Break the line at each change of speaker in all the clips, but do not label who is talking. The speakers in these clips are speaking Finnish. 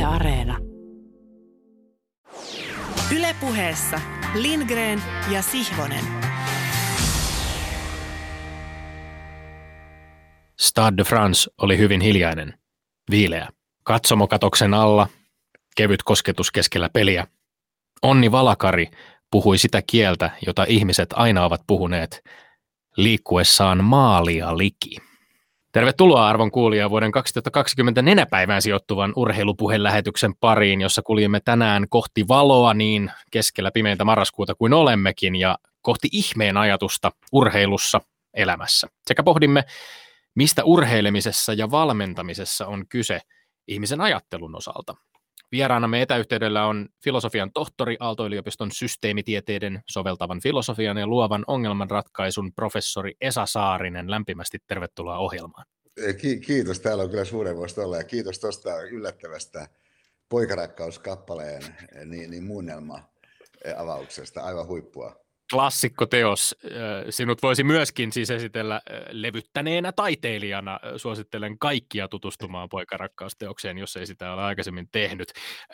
Areena. Yle Puheessa Lindgren ja Sihvonen.
Stade de France oli hyvin hiljainen, viileä. Katsomokatoksen alla, kevyt kosketus keskellä peliä. Onni Valakari puhui sitä kieltä, jota ihmiset aina ovat puhuneet, liikkuessaan maalia liki. Tervetuloa arvon kuulija vuoden 2020 nenäpäivään sijoittuvan urheilupuhelähetyksen pariin, jossa kuljemme tänään kohti valoa niin keskellä pimeintä marraskuuta kuin olemmekin ja kohti ihmeen ajatusta urheilussa, elämässä. Sekä pohdimme, mistä urheilemisessa ja valmentamisessa on kyse ihmisen ajattelun osalta. Vieraanamme etäyhteydellä on filosofian tohtori Aalto-yliopiston systeemitieteiden, soveltavan filosofian ja luovan ongelmanratkaisun professori Esa Saarinen. Lämpimästi tervetuloa ohjelmaan.
Kiitos, täällä on kyllä suurenvoista olla ja kiitos tuosta yllättävästä poikarakkauskappaleen niin muunnelma-avauksesta, aivan huippua.
Klassikkoteos. Sinut voisi myöskin siis esitellä levyttäneenä taiteilijana. Suosittelen kaikkia tutustumaan poikarakkausteokseen, jos ei sitä ole aikaisemmin tehnyt.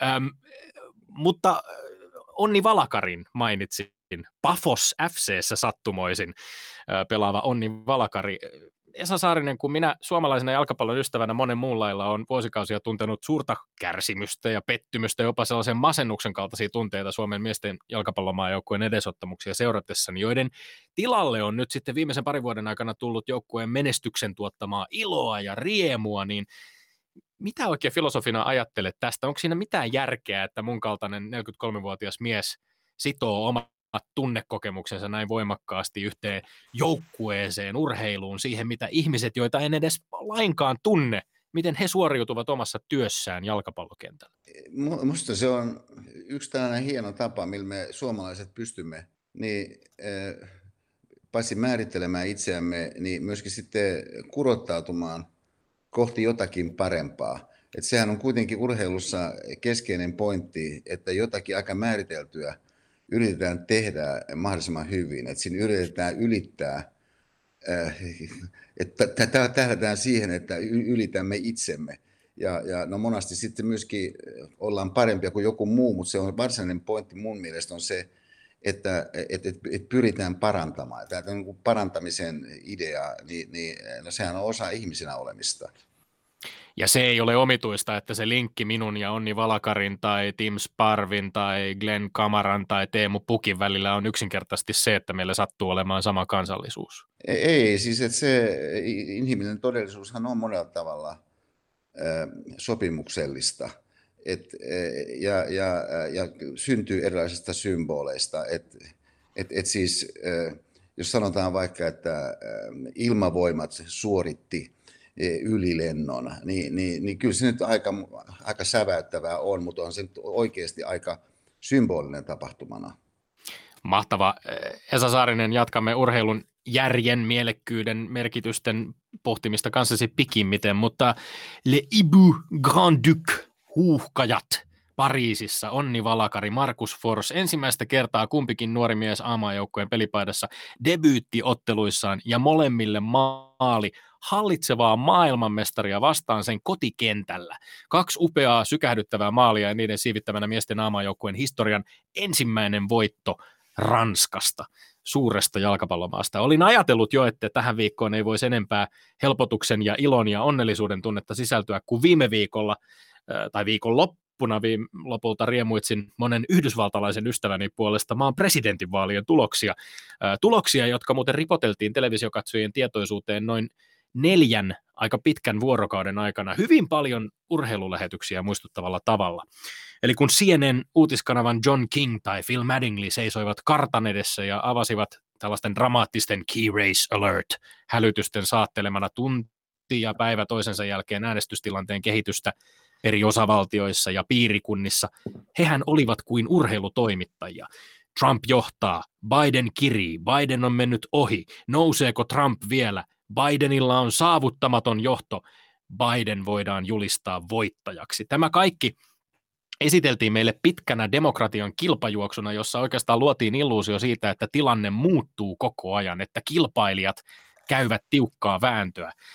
Mutta Onni Valakarin mainitsin. Pafos FC:ssä sattumoisin pelaava Onni Valakari. Esa Saarinen, kun minä suomalaisena jalkapallon ystävänä monen muun lailla on vuosikausia tuntenut suurta kärsimystä ja pettymystä, jopa sellaisen masennuksen kaltaisia tunteita Suomen miesten jalkapallomaajoukkueen edesottamuksia seuratessani, joiden tilalle on nyt sitten viimeisen parin vuoden aikana tullut joukkueen menestyksen tuottamaa iloa ja riemua, niin mitä oikein filosofina ajattelet tästä? Onko siinä mitään järkeä, että mun kaltainen 43-vuotias mies sitoo oma tunnekokemuksensa näin voimakkaasti yhteen joukkueeseen, urheiluun, siihen mitä ihmiset, joita en edes lainkaan tunne, miten he suoriutuvat omassa työssään jalkapallokentällä?
Minusta se on yksi tällainen hieno tapa, millä me suomalaiset pystymme niin paitsi määrittelemään itseämme, niin myöskin sitten kurottautumaan kohti jotakin parempaa. Että sehän on kuitenkin urheilussa keskeinen pointti, että jotakin aika määriteltyä yritetään tehdä mahdollisimman hyvin, että siinä yritetään ylittää, että tähdätään siihen, että ylitämme itsemme. Ja no monasti sitten myöskin ollaan parempia kuin joku muu, mutta se on varsinainen pointti mun mielestä on se, että pyritään parantamaan. Tämä on parantamisen idea, niin no sehän on osa ihmisenä olemista.
Ja se ei ole omituista, että se linkki minun ja Onni Valakarin tai Tim Sparvin tai Glenn Kamaran tai Teemu Pukin välillä on yksinkertaisesti se, että meillä sattuu olemaan sama kansallisuus.
Ei, siis että se inhimillinen todellisuushan on monella tavalla sopimuksellista ja syntyy erilaisista symboleista. Siis, jos sanotaan vaikka, että ilmavoimat suoritti ylilennon, niin kyllä se nyt aika säväyttävää on, mutta on se nyt oikeasti aika symbolinen tapahtumana.
Mahtava. Esa Saarinen, jatkamme urheilun järjen, mielekkyyden, merkitysten pohtimista kanssasi pikimmiten, mutta Le Ibu Grand-Duc, huuhkajat Pariisissa, Onni Valakari, Markus Fors, ensimmäistä kertaa kumpikin nuori mies A-maajoukkueen pelipaidassa debyyttiotteluissaan ja molemmille maali hallitsevaa maailmanmestaria vastaan sen kotikentällä. 2 upeaa sykähdyttävää maalia ja niiden siivittämänä miesten A-maajoukkueen historian ensimmäinen voitto Ranskasta, suuresta jalkapallomaasta. Olin ajatellut jo, että tähän viikkoon ei voisi enempää helpotuksen ja ilon ja onnellisuuden tunnetta sisältyä kuin viime viikolla tai viikonloppuna lopulta riemuitsin monen yhdysvaltalaisen ystäväni puolesta maan presidentinvaalien tuloksia, jotka muuten ripoteltiin televisiokatsojien tietoisuuteen noin 4 aika pitkän vuorokauden aikana hyvin paljon urheilulähetyksiä muistuttavalla tavalla. Eli kun CNN uutiskanavan John King tai Phil Mattingly seisoivat kartan edessä ja avasivat tällaisten dramaattisten key race alert hälytysten saattelemana tunti ja päivä toisensa jälkeen äänestystilanteen kehitystä eri osavaltioissa ja piirikunnissa, hehän olivat kuin urheilutoimittajia. Trump johtaa, Biden kirii, Biden on mennyt ohi, nouseeko Trump vielä? Bidenilla on saavuttamaton johto, Biden voidaan julistaa voittajaksi. Tämä kaikki esiteltiin meille pitkänä demokratian kilpajuoksuna, jossa oikeastaan luotiin illuusio siitä, että tilanne muuttuu koko ajan, että kilpailijat käyvät tiukkaa vääntöä.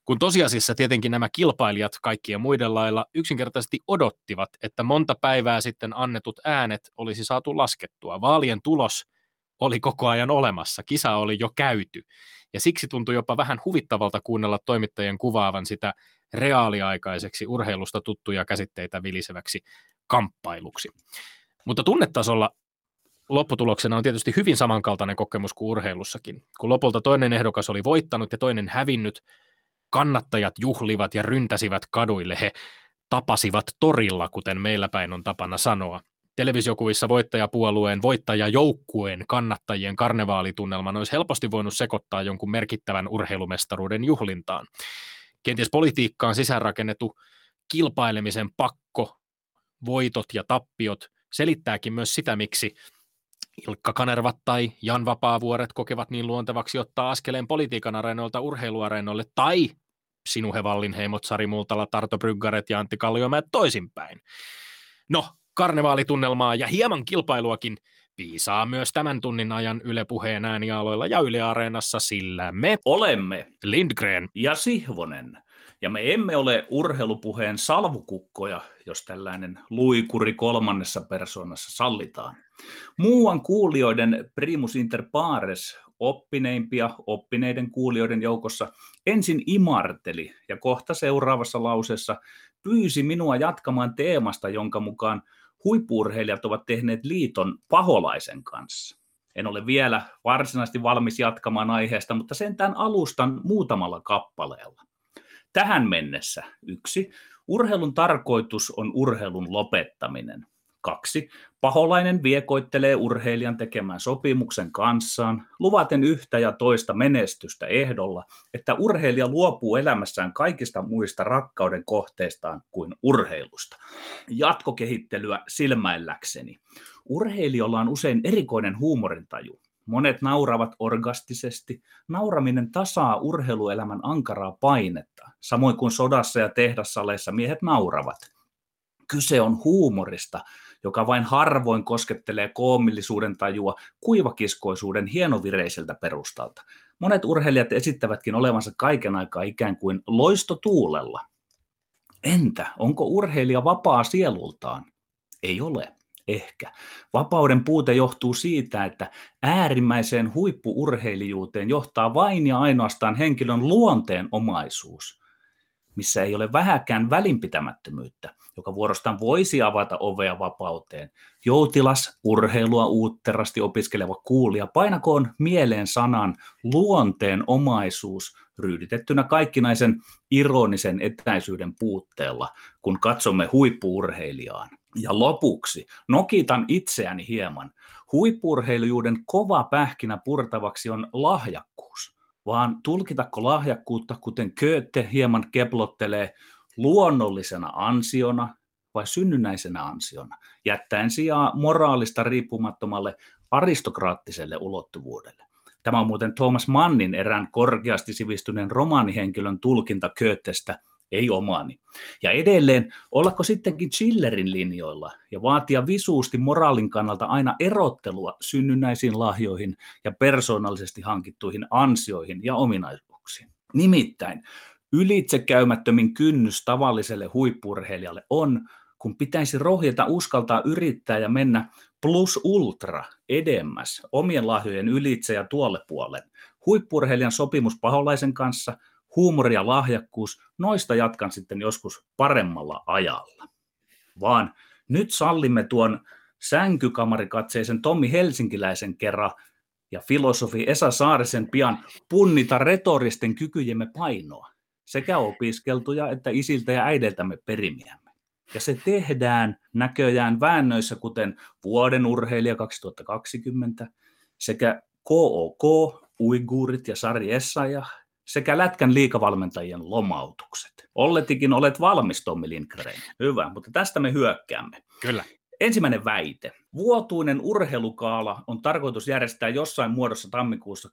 kun tosiasiassa tietenkin nämä kilpailijat kaikkien muiden lailla yksinkertaisesti odottivat, että monta päivää sitten annetut äänet olisi saatu laskettua. Vaalien tulos oli koko ajan olemassa, kisa oli jo käyty, ja siksi tuntui jopa vähän huvittavalta kuunnella toimittajien kuvaavan sitä reaaliaikaiseksi urheilusta tuttuja käsitteitä viliseväksi kamppailuksi. Mutta tunnetasolla lopputuloksena on tietysti hyvin samankaltainen kokemus kuin urheilussakin. Kun lopulta toinen ehdokas oli voittanut ja toinen hävinnyt, kannattajat juhlivat ja ryntäsivät kaduille. He tapasivat torilla, kuten meillä päin on tapana sanoa. Televisiokuvissa voittajapuolueen, voittajajoukkueen kannattajien karnevaalitunnelman olisi helposti voinut sekoittaa jonkun merkittävän urheilumestaruuden juhlintaan. Kenties politiikkaan sisäänrakennettu kilpailemisen pakko, voitot ja tappiot selittääkin myös sitä, miksi Ilkka Kanervat tai Jan Vapaavuoret kokevat niin luontevaksi ottaa askeleen politiikan areenoilta urheiluareenoille, tai Sinuhe Wallinheimot, Sari Multala, Tarto Bryggaret ja Antti Kalliomäet toisinpäin. No, karnevaalitunnelmaa ja hieman kilpailuakin piisaa myös tämän tunnin ajan Yle Puheen äänialoilla ja Yle Areenassa, sillä me
olemme
Lindgren
ja Sihvonen. Ja me emme ole urheilupuheen salvukukkoja, jos tällainen luikuri kolmannessa persoonassa sallitaan. Muuan kuulijoiden primus inter pares, oppineiden kuulijoiden joukossa ensin imarteli ja kohta seuraavassa lauseessa pyysi minua jatkamaan teemasta, jonka mukaan huippu-urheilijat ovat tehneet liiton paholaisen kanssa. En ole vielä varsinaisesti valmis jatkamaan aiheesta, mutta sentään alustan muutamalla kappaleella. Tähän mennessä 1. Urheilun tarkoitus on urheilun lopettaminen. 2. Paholainen viekoittelee urheilijan tekemään sopimuksen kanssaan, luvaten yhtä ja toista menestystä ehdolla, että urheilija luopuu elämässään kaikista muista rakkauden kohteistaan kuin urheilusta. Jatkokehittelyä silmäilläkseni. Urheilijoilla on usein erikoinen huumorintaju. Monet nauravat orgastisesti. Nauraminen tasaa urheiluelämän ankaraa painetta, samoin kuin sodassa ja tehdassaleissa miehet nauravat. Kyse on huumorista, joka vain harvoin koskettelee koomillisuuden tajua kuivakiskoisuuden hienovireiseltä perustalta. Monet urheilijat esittävätkin olevansa kaiken aikaa ikään kuin loistotuulella. Entä onko urheilija vapaa sielultaan? Ei ole. Ehkä. Vapauden puute johtuu siitä, että äärimmäiseen huippu-urheilijuuteen johtaa vain ja ainoastaan henkilön luonteenomaisuus, missä ei ole vähäkään välinpitämättömyyttä, joka vuorostaan voisi avata ovea vapauteen. Joutilas, urheilua uutterasti opiskeleva kuulija painakoon mieleen sanan luonteenomaisuus ryyditettynä kaikkinaisen ironisen etäisyyden puutteella, kun katsomme huippu-urheilijaan. Ja lopuksi nokitan itseäni hieman. Huippu-urheilijuuden kova pähkinä purtavaksi on lahjakkuus, vaan tulkitako lahjakkuutta, kuten Goethe hieman keplottelee, luonnollisena ansiona vai synnynnäisenä ansiona, jättäen sijaa moraalista riippumattomalle aristokraattiselle ulottuvuudelle. Tämä on muuten Thomas Mannin erään korkeasti sivistyneen romaanihenkilön tulkinta Goethestä, ei omani. Ja edelleen, ollako sittenkin Schillerin linjoilla ja vaatia visuusti moraalin kannalta aina erottelua synnynnäisiin lahjoihin ja persoonallisesti hankittuihin ansioihin ja ominaisuuksiin. Nimittäin ylitsekäymättömin kynnys tavalliselle huippu-urheilijalle on, kun pitäisi rohjeta uskaltaa yrittää ja mennä plus ultra edemmäs omien lahjojen ylitse ja tuolle puolen. Huippu-urheilijan sopimus paholaisen kanssa, huumori ja lahjakkuus, noista jatkan sitten joskus paremmalla ajalla. Vaan nyt sallimme tuon sänkykamarikatseisen Tommi Helsinkiläisen kerran ja filosofi Esa Saarisen pian punnita retoristen kykyjemme painoa, sekä opiskeltuja että isiltä ja äideiltämme perimiämme. Ja se tehdään näköjään väännöissä, kuten Vuoden urheilija 2020, sekä KOK, Uiguurit ja Sari Essayah, sekä Lätkän liigavalmentajien lomautukset. Olletikin olet valmis, Tommi Lindgren. Hyvä, mutta tästä me hyökkäämme.
Kyllä.
Ensimmäinen väite. Vuotuinen urheilukaala on tarkoitus järjestää jossain muodossa tammikuussa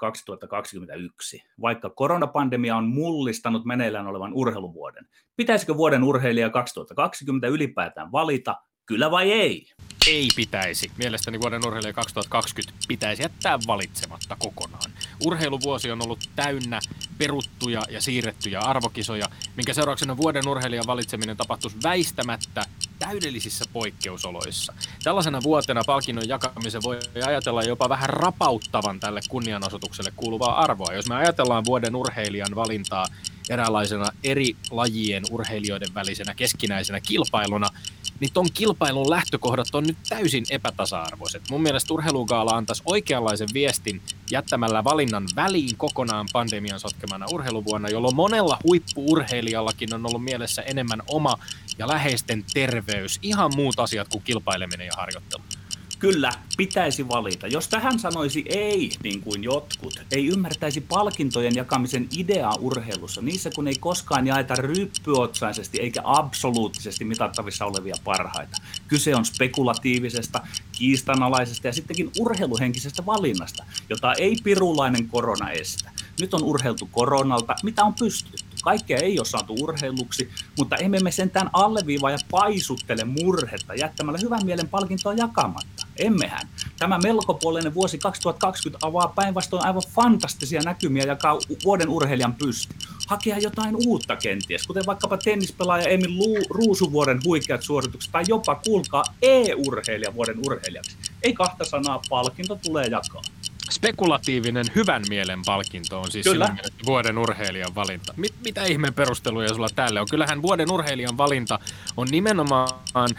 2021, vaikka koronapandemia on mullistanut meneillään olevan urheiluvuoden. Pitäisikö vuoden urheilija 2020 ylipäätään valita, kyllä vai ei?
Ei pitäisi. Mielestäni vuoden urheilija 2020 pitäisi jättää valitsematta kokonaan. urheiluvuosi on ollut täynnä peruttuja ja siirrettyjä arvokisoja, minkä seurauksena vuoden urheilijan valitseminen tapahtuisi väistämättä täydellisissä poikkeusoloissa. Tällaisena vuotena palkinnon jakamisen voi ajatella jopa vähän rapauttavan tälle kunnianosoitukselle kuuluvaa arvoa. Jos me ajatellaan vuoden urheilijan valintaa eräänlaisena eri lajien urheilijoiden välisenä keskinäisenä kilpailuna, niin ton kilpailun lähtökohdat on nyt täysin epätasa-arvoiset. Mun mielestä urheilugaala antaisi oikeanlaisen viestin jättämällä valinnan väliin kokonaan pandemian sotkemana urheiluvuonna, jolloin monella huippu-urheilijallakin on ollut mielessä enemmän oma ja läheisten terveys, ihan muut asiat kuin kilpaileminen ja harjoittelu.
Kyllä, pitäisi valita. Jos tähän sanoisi ei, niin kuin jotkut, ei ymmärtäisi palkintojen jakamisen ideaa urheilussa, niissä kun ei koskaan jaeta ryppyotsaisesti eikä absoluuttisesti mitattavissa olevia parhaita. Kyse on spekulatiivisesta, kiistanalaisesta ja sittenkin urheiluhenkisestä valinnasta, jota ei pirulainen korona estä. Nyt on urheiltu koronalta, mitä on pystytty. Kaikkea ei ole saatu urheiluksi, mutta emme me sentään alleviivaa ja paisuttele murhetta jättämällä hyvän mielen palkintoa jakamatta. Emmehän. Tämä melkopuolinen vuosi 2020 avaa päinvastoin aivan fantastisia näkymiä jakaa vuoden urheilijan pysti. Hakea jotain uutta kenties, kuten vaikkapa tennispelaaja Emil Ruusuvuoren huikeat suoritukset tai jopa, kuulkaa, e-urheilija vuoden urheilijaksi. Ei kahta sanaa, palkinto tulee jakaa.
Spekulatiivinen hyvän mielen palkinto on siis vuoden urheilijan valinta. Mitä ihmeen perusteluja sulla tälle on? Kyllähän vuoden urheilijan valinta on nimenomaan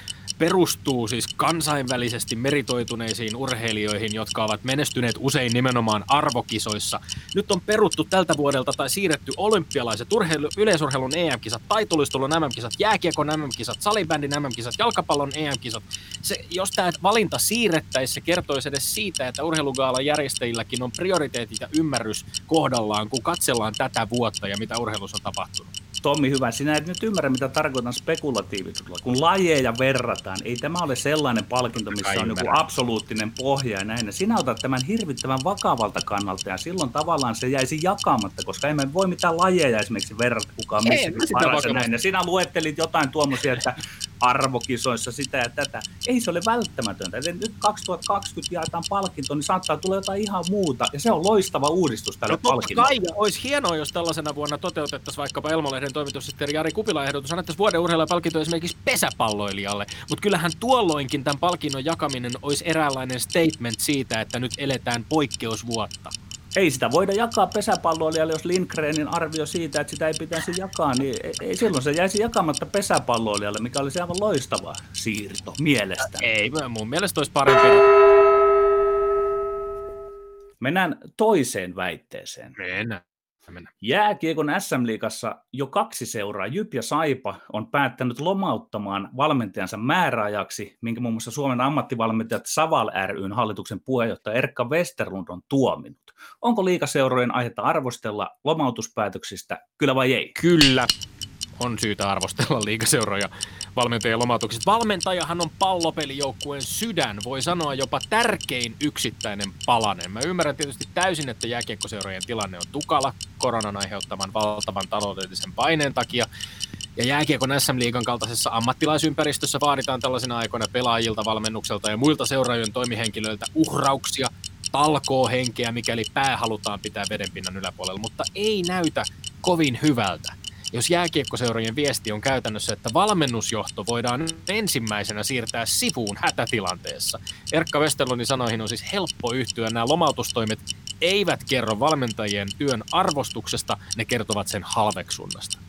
perustuu siis kansainvälisesti meritoituneisiin urheilijoihin, jotka ovat menestyneet usein nimenomaan arvokisoissa. Nyt on peruttu tältä vuodelta tai siirretty olympialaiset, yleisurheilun EM-kisat, taitoluistelun MM-kisat, jääkiekon MM-kisat, salibändin MM-kisat, jalkapallon EM-kisat. Jos tämä valinta siirrettäisiin, se kertoisi edes siitä, että urheilugaalan järjestäjilläkin on prioriteetit ja ymmärrys kohdallaan, kun katsellaan tätä vuotta ja mitä urheilussa on tapahtunut.
Tommi, hyvä. Sinä et nyt ymmärrä, mitä tarkoitan spekulatiivisuudella. Kun lajeja verrataan, ei tämä ole sellainen palkinto, missä on joku absoluuttinen pohja ja näin. Sinä otat tämän hirvittävän vakavalta kannalta ja silloin tavallaan se jäisi jakamatta, koska emme voi mitään lajeja esimerkiksi verrata kukaan missäkin paras ja näin. Ja sinä luettelit jotain tuommoisia, että arvokisoissa sitä ja tätä. Ei se ole välttämätöntä. Eli nyt 2020 jaetaan palkinto, niin saattaa tulla jotain ihan muuta. Ja se on loistava uudistus tälle palkinnolle.
Totta kai, olisi hienoa, jos tällaisena vuonna toteutettaisiin vaikkapa Elmo-lehden toimitussihteeri Jari Kupilan ehdotus. Annettaisiin vuoden urheilijapalkinto esimerkiksi pesäpalloilijalle. Mutta kyllähän tuolloinkin tämän palkinnon jakaminen olisi eräänlainen statement siitä, että nyt eletään poikkeusvuotta.
Ei sitä voida jakaa pesäpalloilijalle, jos Lindgrenin arvio siitä, että sitä ei pitäisi jakaa, niin ei silloin se jäisi jakamatta pesäpalloilijalle, mikä olisi aivan loistava siirto mielestäni.
Ei, mun mielestä olisi parempi.
Mennään toiseen väitteeseen.
Mennään.
Jääkiekon SM-liigassa jo 2 seuraa, JYP ja Saipa, on päättänyt lomauttamaan valmentajansa määräajaksi, minkä muun muassa Suomen ammattivalmentajat Saval ry:n hallituksen puheenjohtaja Erkka Westerlund on tuominut. Onko liigaseurojen aihetta arvostella lomautuspäätöksistä, kyllä vai ei?
Kyllä. On syytä arvostella liigaseuroja valmentajien lomautuksista. Valmentajahan on pallopelijoukkueen sydän, voi sanoa jopa tärkein yksittäinen palanen. Mä ymmärrän tietysti täysin, että jääkiekkoseurojen tilanne on tukala koronan aiheuttaman valtavan taloudellisen paineen takia. Ja jääkiekon SM-liigan kaltaisessa ammattilaisympäristössä vaaditaan tällaisina aikoina pelaajilta, valmennukselta ja muilta seuraajien toimihenkilöiltä uhrauksia, talkoohenkeä, mikäli pää halutaan pitää vedenpinnan yläpuolella, mutta ei näytä kovin hyvältä. Jos jääkiekkoseurojen viesti on käytännössä, että valmennusjohto voidaan ensimmäisenä siirtää sivuun hätätilanteessa. Erkka Westerlundin sanoihin on siis helppo yhtyä. Nämä lomautustoimet eivät kerro valmentajien työn arvostuksesta, ne kertovat sen halveksunnasta.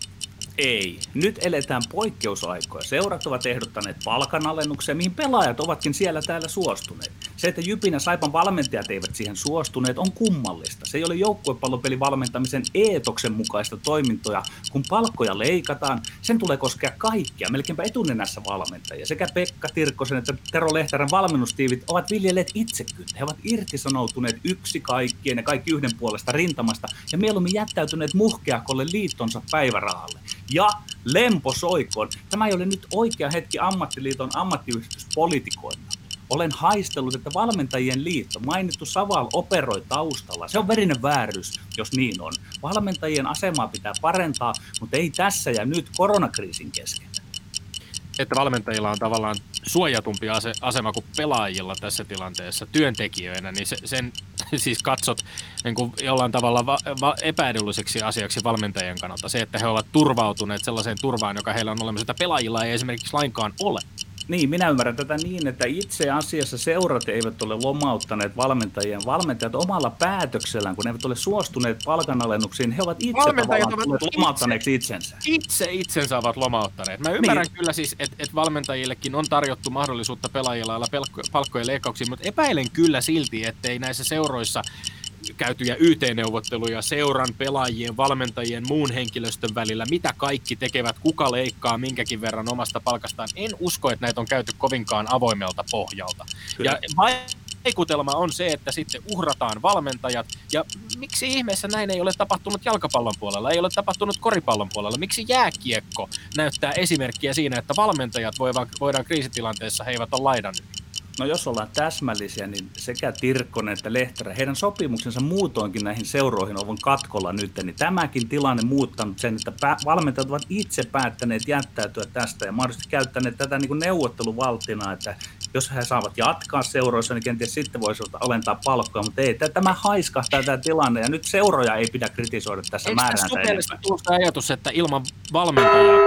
Ei. Nyt eletään poikkeusaikoja. Seurat ovat ehdottaneet palkanalennuksia, mihin pelaajat ovatkin siellä täällä suostuneet. Se, että JYPin ja Saipan valmentajat eivät siihen suostuneet, on kummallista. Se ei ole joukkuepallopelin valmentamisen eetoksen mukaista toimintoja. Kun palkkoja leikataan, sen tulee koskea kaikkia, melkeinpä etunenässä valmentajia. Sekä Pekka Tirkkosen että Tero Lehterän valmennustiivit ovat viljelleet itsekyyttä. He ovat irtisanoutuneet yksi kaikkien ja kaikki yhden puolesta rintamasta ja mieluummin jättäytyneet muhkeakolle liittonsa päivärahalle. Ja lemposoikoon, tämä ei ole nyt oikea hetki ammattiliiton ammattiyhdistyspolitikoinnalla. Olen haistellut, että valmentajien liitto, mainittu Saval, operoi taustalla. Se on verinen vääryys, jos niin on. Valmentajien asemaa pitää parantaa, mutta ei tässä ja nyt koronakriisin keskellä.
Että valmentajilla on tavallaan suojatumpi asema kuin pelaajilla tässä tilanteessa työntekijöinä, niin siis katsot niin kuin jollain tavalla epäedulliseksi asiaksi valmentajien kannalta. Se, että he ovat turvautuneet sellaiseen turvaan, joka heillä on olemassa, että pelaajilla ei esimerkiksi lainkaan ole.
Niin, minä ymmärrän tätä niin, että itse asiassa seurat eivät ole lomauttaneet valmentajien. Valmentajat omalla päätöksellään, kun ne eivät ole suostuneet palkanalennuksiin, he ovat itse tavallaan lomauttaneeksi itsensä.
Itsensä ovat lomauttaneet. Mä ymmärrän kyllä siis, että valmentajillekin on tarjottu mahdollisuutta pelaajilla olla palkkojen leikkauksiin, mutta epäilen kyllä silti, ettei näissä seuroissa käytyjä YT-neuvotteluja seuran, pelaajien, valmentajien, muun henkilöstön välillä, mitä kaikki tekevät, kuka leikkaa minkäkin verran omasta palkastaan. En usko, että näitä on käyty kovinkaan avoimelta pohjalta. Kyllä. Ja vaikutelma on se, että sitten uhrataan valmentajat, ja miksi ihmeessä näin ei ole tapahtunut jalkapallon puolella, ei ole tapahtunut koripallon puolella, miksi jääkiekko näyttää esimerkkiä siinä, että valmentajat voidaan kriisitilanteessa, he eivät ole laidan yli.
No jos ollaan täsmällisiä, niin sekä Tirkkonen että Lehterä, heidän sopimuksensa muutoinkin näihin seuroihin on katkolla nyt, niin tämäkin tilanne muuttanut sen, että valmentajat ovat itse päättäneet jättäytyä tästä ja mahdollisesti käyttäneet tätä niin kuin neuvotteluvalttina, että jos he saavat jatkaa seuroissa, niin kenties sitten voisivat alentaa palkkoa, mutta ei, tämä haiskahtaa tämä tilanne ja nyt seuroja ei pidä kritisoida tässä määräänsä enempää. Eikö tässä
tullut ajatus, että ilman valmentajaa?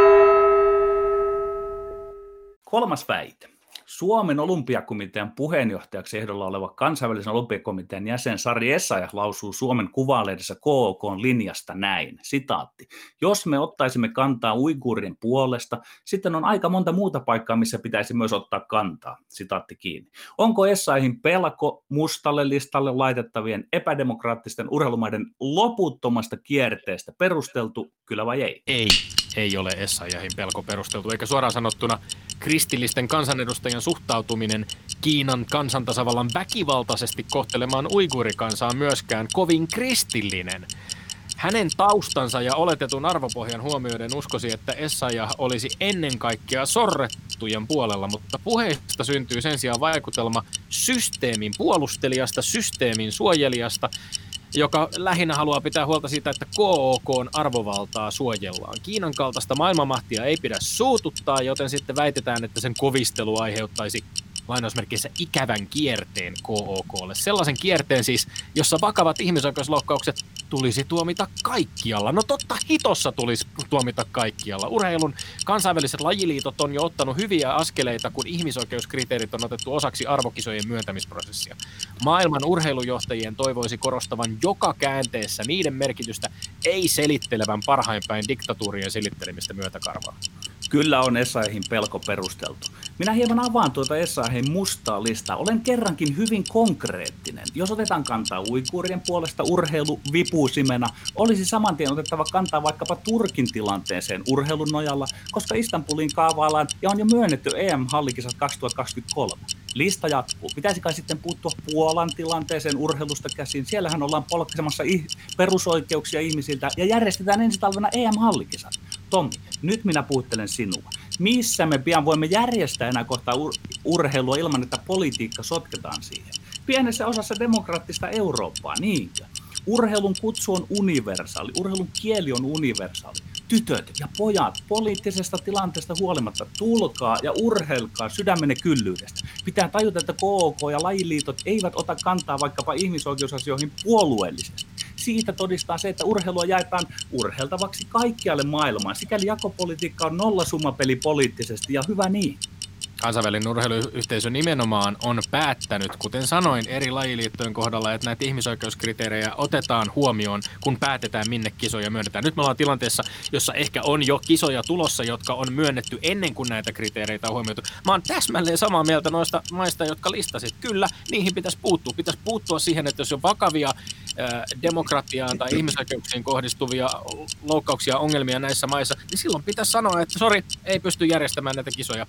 Kolmas väite. Suomen olympiakomitean puheenjohtajaksi ehdolla oleva kansainvälisen olympiakomitean jäsen Sari Essayah lausuu Suomen Kuvalehdessä KOK:n linjasta näin, sitaatti. Jos me ottaisimme kantaa uiguurien puolesta, sitten on aika monta muuta paikkaa, missä pitäisi myös ottaa kantaa, sitaatti kiinni. Onko Essayahin pelko mustalle listalle laitettavien epädemokraattisten urheilumaiden loputtomasta kierteestä perusteltu, kyllä vai ei?
Ei ole Essayahin pelko perusteltu, eikä suoraan sanottuna kristillisten kansanedustajien suhtautuminen Kiinan kansantasavallan väkivaltaisesti kohtelemaan uiguurikansaa myöskään kovin kristillinen. Hänen taustansa ja oletetun arvopohjan huomioiden uskosi, että Essayah olisi ennen kaikkea sorrettujen puolella, mutta puheista syntyy sen sijaan vaikutelma systeemin puolustelijasta, systeemin suojelijasta, joka lähinnä haluaa pitää huolta siitä, että KOK:n arvovaltaa suojellaan. Kiinan kaltaista maailmanmahtia ei pidä suututtaa, joten sitten väitetään, että sen kovistelu aiheuttaisi lainausmerkeissä ikävän kierteen KOK:lle. Sellaisen kierteen siis, jossa vakavat ihmisoikeusloukkaukset tulisi tuomita kaikkialla. No totta hitossa tulisi tuomita kaikkialla. Urheilun kansainväliset lajiliitot on jo ottanut hyviä askeleita, kun ihmisoikeuskriteerit on otettu osaksi arvokisojen myöntämisprosessia. Maailman urheilujohtajien toivoisi korostavan joka käänteessä niiden merkitystä, ei selittelevän parhain päin diktatuurien selittelemistä myötäkarvaa.
Kyllä on Essayahin pelko perusteltu. Minä hieman avaan tuota Essayahin mustaa listaa. Olen kerrankin hyvin konkreettinen. Jos otetaan kantaa uiguurien puolesta urheiluvipuusimena, olisi saman tien otettava kantaa vaikkapa Turkin tilanteeseen urheilun nojalla, koska Istanbulin kaavaillaan ja on jo myönnetty EM-hallikisat 2023. Lista jatkuu. Pitäisi kai sitten puuttua Puolan tilanteeseen urheilusta käsin. Siellähän ollaan polkaisemassa perusoikeuksia ihmisiltä ja järjestetään ensi talvena EM-hallikisat. Tommi, nyt minä puhuttelen sinua. Missä me pian voimme järjestää enää kohtaa urheilua ilman, että politiikka sotketaan siihen? Pienessä osassa demokraattista Eurooppaa, niinkö? Urheilun kutsu on universaali, urheilun kieli on universaali. Tytöt ja pojat, poliittisesta tilanteesta huolimatta, tulkaa ja urheilkaa sydämenne kyllyydestä. Pitää tajuta, että KOK ja lajiliitot eivät ota kantaa vaikkapa ihmisoikeusasioihin puolueellisesti. Siitä todistaa se, että urheilua jaetaan urheiltavaksi kaikkialle maailmaan. Sikäli jakopolitiikka on nollasummapeli poliittisesti ja hyvä niin.
Kansainvälinen urheiluyhteisö nimenomaan on päättänyt, kuten sanoin, eri lajiliittojen kohdalla, että näitä ihmisoikeuskriteerejä otetaan huomioon, kun päätetään, minne kisoja myönnetään. Nyt me ollaan tilanteessa, jossa ehkä on jo kisoja tulossa, jotka on myönnetty ennen kuin näitä kriteereitä on huomioitu. Mä oon täsmälleen samaa mieltä noista maista, jotka listasit. Kyllä, niihin pitäisi puuttua. Pitäisi puuttua siihen, että jos on vakavia demokratiaan tai ihmisoikeuksiin kohdistuvia loukkauksia, ongelmia näissä maissa, niin silloin pitäisi sanoa, että sori, ei pysty järjestämään näitä kisoja.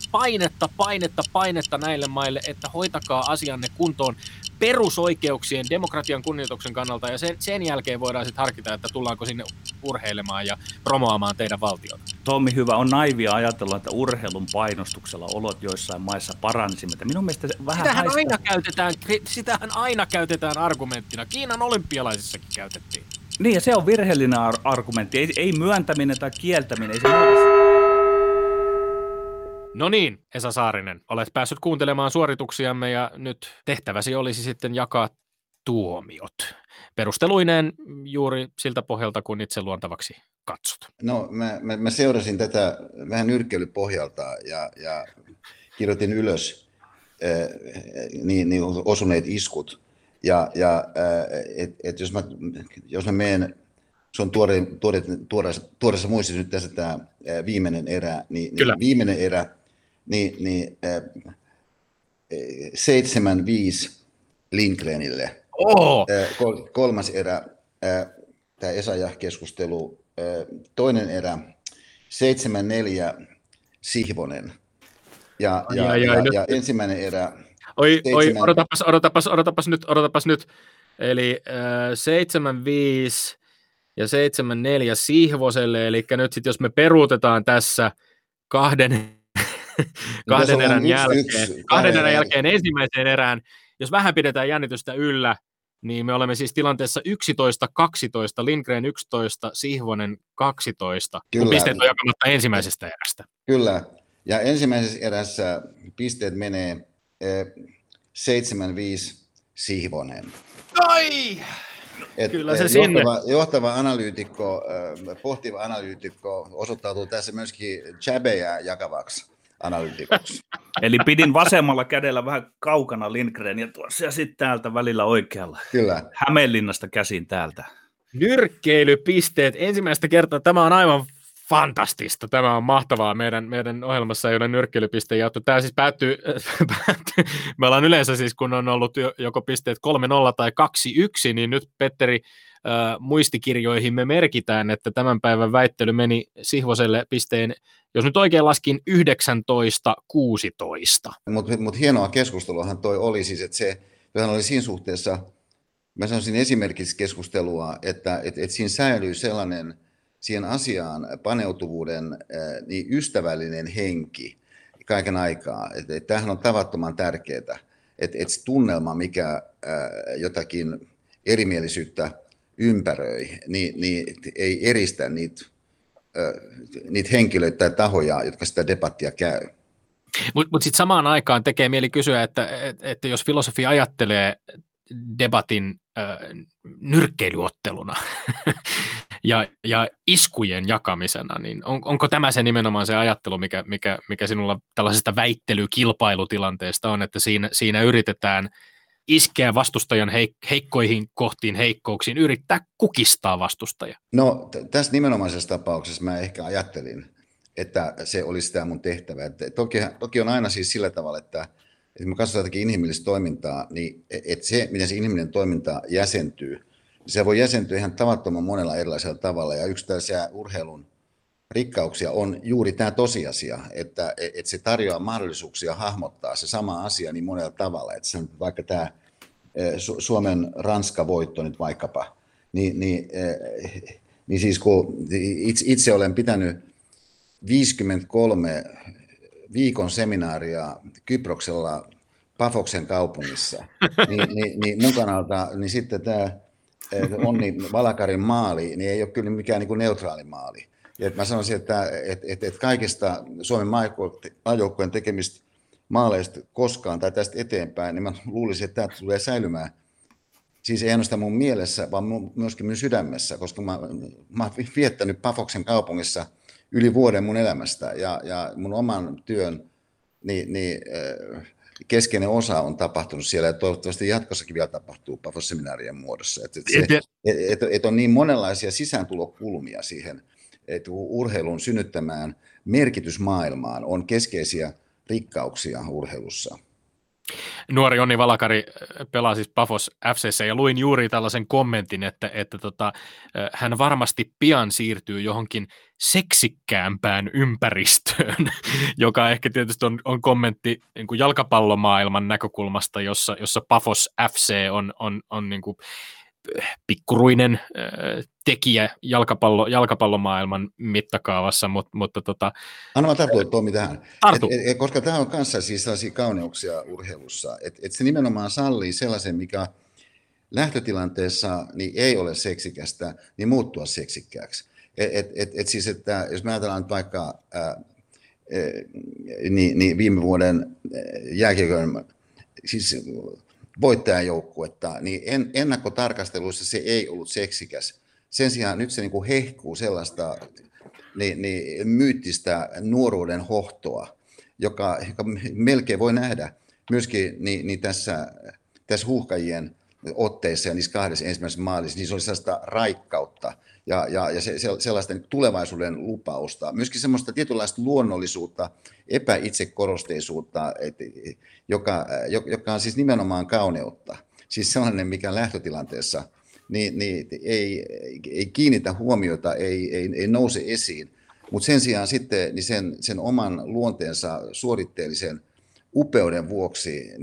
Painetta näille maille, että hoitakaa asianne kuntoon perusoikeuksien, demokratian kunnioituksen kannalta, ja sen jälkeen voidaan sitten harkita, että tullaanko sinne urheilemaan ja promoamaan teidän valtiota.
Tommi, hyvä, on naivia ajatella, että urheilun painostuksella olot joissain maissa paranisimme. Minun mielestä vähän
sitähän aina käytetään argumenttina. Kiinan olympialaisissakin käytettiin.
Niin, ja se on virheellinen argumentti. Ei myöntäminen tai kieltäminen, ei se muuta.
No niin, Esa Saarinen, olet päässyt kuuntelemaan suorituksiamme ja nyt tehtäväsi olisi sitten jakaa tuomiot. Perusteluineen juuri siltä pohjalta, kun itse luontavaksi katsot.
No, mä seurasin tätä vähän nyrkkeilypohjalta ja kirjoitin ylös niin osuneet iskut. Jos mä menen, se on tuoreessa muistissa nyt tässä tämä viimeinen erä, niin viimeinen erä, niin 7-5 Lindgrenille. Kolmas erä, tämä Essayah-keskustelu, toinen erä, 7-4 Sihvonen. Ja ensimmäinen erä.
Odotapas nyt. Eli 7-5 ja 7-4 Sihvoselle, eli nyt sitten jos me peruutetaan tässä kahden erän jälkeen ensimmäiseen erään, jos vähän pidetään jännitystä yllä, niin me olemme siis tilanteessa 11-12, Lindgren 11, Sihvonen 12, kun pisteet on jakamatta ensimmäisestä erästä.
Kyllä, ja ensimmäisessä erässä pisteet menee 7-5 Sihvonen.
Ai! Kyllä se sinne.
Johtava analyytikko, pohtiva analyytikko osoittautuu tässä myöskin jabbeja jakavaksi analyytikoksi.
Eli pidin vasemmalla kädellä vähän kaukana Lindgrenia tuossa ja sitten täältä välillä oikealla.
Kyllä.
Hämeenlinnasta käsin täältä.
Nyrkkeilypisteet ensimmäistä kertaa. Tämä on aivan fantastista. Tämä on mahtavaa. Meidän ohjelmassa ei ole nyrkkeilypisteen jaettu. Tämä siis päättyy. Me ollaan yleensä siis, kun on ollut joko pisteet 3-0 tai 2-1, niin nyt Petteri muistikirjoihin me merkitään, että tämän päivän väittely meni Sihvoselle pisteen, jos nyt oikein laskin, 19-16.
Mutta hienoa keskusteluahan toi oli siis, että se oli siinä suhteessa, mä sanoisin esimerkiksi keskustelua, että siinä säilyy sellainen siihen asiaan paneutuvuuden niin ystävällinen henki kaiken aikaa. Tämähän on tavattoman tärkeää, että se tunnelma, mikä jotakin erimielisyyttä ympäröi, niin ei eristä niitä henkilöitä tai tahoja, jotka sitä debattia käy.
Mutta sitten samaan aikaan tekee mieli kysyä, että jos filosofi ajattelee debatin nyrkkeilyotteluna ja iskujen jakamisena, niin onko tämä se nimenomaan se ajattelu, mikä sinulla tällaisesta väittelykilpailutilanteesta on, että siinä yritetään iskeä vastustajan heikkoihin kohtiin, heikkouksiin, yrittää kukistaa vastustaja?
No tässä nimenomaisessa tapauksessa mä ehkä ajattelin, että se olisi tämä mun tehtävä. Toki on aina siis sillä tavalla, että kun katsotaan jotakin inhimillistä toimintaa, niin että se, miten se inhimillinen toiminta jäsentyy, se voi jäsentyä ihan tavattoman monella erilaisella tavalla. Ja yksi tällaisia urheilun rikkauksia on juuri tämä tosiasia, että se tarjoaa mahdollisuuksia hahmottaa se sama asia niin monella tavalla. Että vaikka tämä Suomen Ranska-voitto nyt vaikkapa, niin siis kun itse olen pitänyt 53 viikon seminaaria Kyproksella Pafoksen kaupungissa, niin mun kannalta niin sitten tämä Onni Valakarin maali niin ei ole kyllä mikään niin kuin neutraali maali. Ja mä sanoisin, että kaikista Suomen maajoukkueen tekemistä maaleista koskaan tai tästä eteenpäin, niin mä luulisin, että tämä tulee säilymään. Siis ei ainoastaan mun mielessä, vaan myöskin mun sydämessä, koska mä oon viettänyt Pafoksen kaupungissa yli vuoden mun elämästä ja mun oman työn keskeinen osa on tapahtunut siellä ja toivottavasti jatkossakin vielä tapahtuu Pafos-seminaarien muodossa. Että on niin monenlaisia sisääntulokulmia siihen, että urheilun synnyttämään merkitysmaailmaan on keskeisiä rikkauksia urheilussa.
Nuori Onni Valakari pelaa siis Pafos FC:ssä ja luin juuri tällaisen kommentin, että hän varmasti pian siirtyy johonkin seksikkäämpään ympäristöön, joka ehkä tietysti on kommentti niin kuin jalkapallomaailman näkökulmasta, jossa Pafos FC on niin kuin pikkuruinen tekijä jalkapallomaailman mittakaavassa, mutta
Anna mä tarttua Tomi tähän, koska tämä on kanssa siis sellaisia kauneuksia urheilussa, että se nimenomaan sallii sellaisen, mikä lähtötilanteessa niin ei ole seksikästä, niin muuttua seksikkääksi. Siis, että jos me ajatellaan nyt vaikka niin viime vuoden jääkiekon, siis voittajajoukkuetta, niin ennakkotarkasteluissa se ei ollut seksikäs. Sen sijaan nyt se niin kuin hehkuu sellaista niin myyttistä nuoruuden hohtoa, joka melkein voi nähdä myöskin niin tässä Huuhkajien otteissa ja niissä 2 ensimmäisessä maalissa, niin se oli sellaista raikkautta ja sellaista tulevaisuuden lupausta, myöskin semmoista tietynlaista luonnollisuutta, epäitsekorosteisuutta, joka on siis nimenomaan kauneutta. Siis sellainen, mikä lähtötilanteessa niin ei kiinnitä huomiota, ei nouse esiin, mutta sen sijaan sitten niin sen oman luonteensa suoritteellisen upeuden vuoksi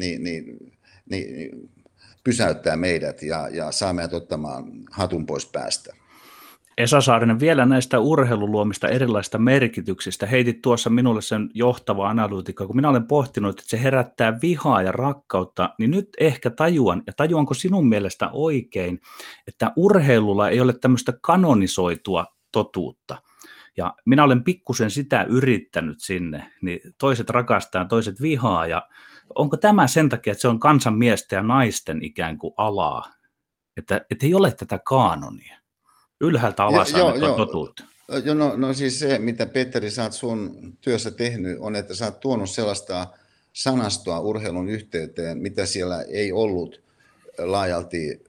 niin pysäyttää meidät ja saa meidät ottamaan hatun pois päästä.
Esa Saarinen, vielä näistä urheilun luomista erilaisista merkityksistä. Heitit tuossa minulle sen johtava analyytikko, kun minä olen pohtinut, että se herättää vihaa ja rakkautta, niin nyt ehkä tajuan, ja tajuanko sinun mielestä oikein, että urheilulla ei ole tämmöistä kanonisoitua totuutta. Ja minä olen pikkusen sitä yrittänyt sinne, niin toiset rakastaa, toiset vihaa, ja onko tämä sen takia, että se on kansan miesten ja naisten ikään kuin alaa, että ei ole tätä kaanonia? Ylhäältä alas annettua totuutta.
No siis se, mitä Petteri, sä oot sun työssä tehnyt, on, että sä oot tuonut sellaista sanastoa urheilun yhteyteen, mitä siellä ei ollut laajalti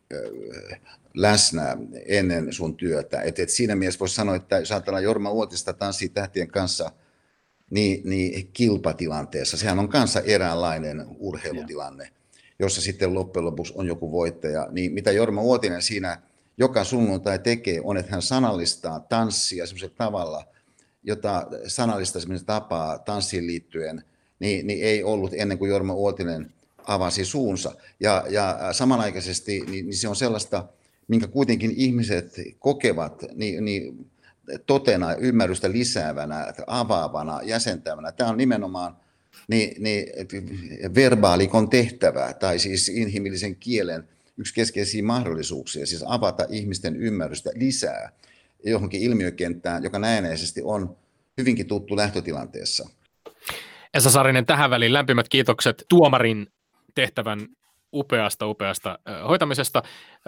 läsnä ennen sun työtä. Et siinä mielessä voisi sanoa, että jos ajatellaan Jorma Uotista Tanssii tähtien kanssa, niin kilpatilanteessa, sehän on kanssa eräänlainen urheilutilanne, jossa sitten loppujen lopuksi on joku voittaja. Niin mitä Jorma Uotinen siinä joka sunnuntai tekee, on, että hän sanallistaa tanssia semmoisella tavalla, jota sanallista semmoista tapaa tanssiin liittyen, niin ei ollut ennen kuin Jorma Uotinen avasi suunsa. Ja samanaikaisesti niin se on sellaista, minkä kuitenkin ihmiset kokevat niin totena, ymmärrystä lisäävänä, avaavana, jäsentävänä. Tämä on nimenomaan verbaalikon tehtävä, tai siis inhimillisen kielen yksi keskeisiä mahdollisuuksia, siis avata ihmisten ymmärrystä lisää johonkin ilmiökenttään, joka näennäisesti on hyvinkin tuttu lähtötilanteessa.
Esa Saarinen, tähän väliin lämpimät kiitokset tuomarin tehtävän upeasta hoitamisesta.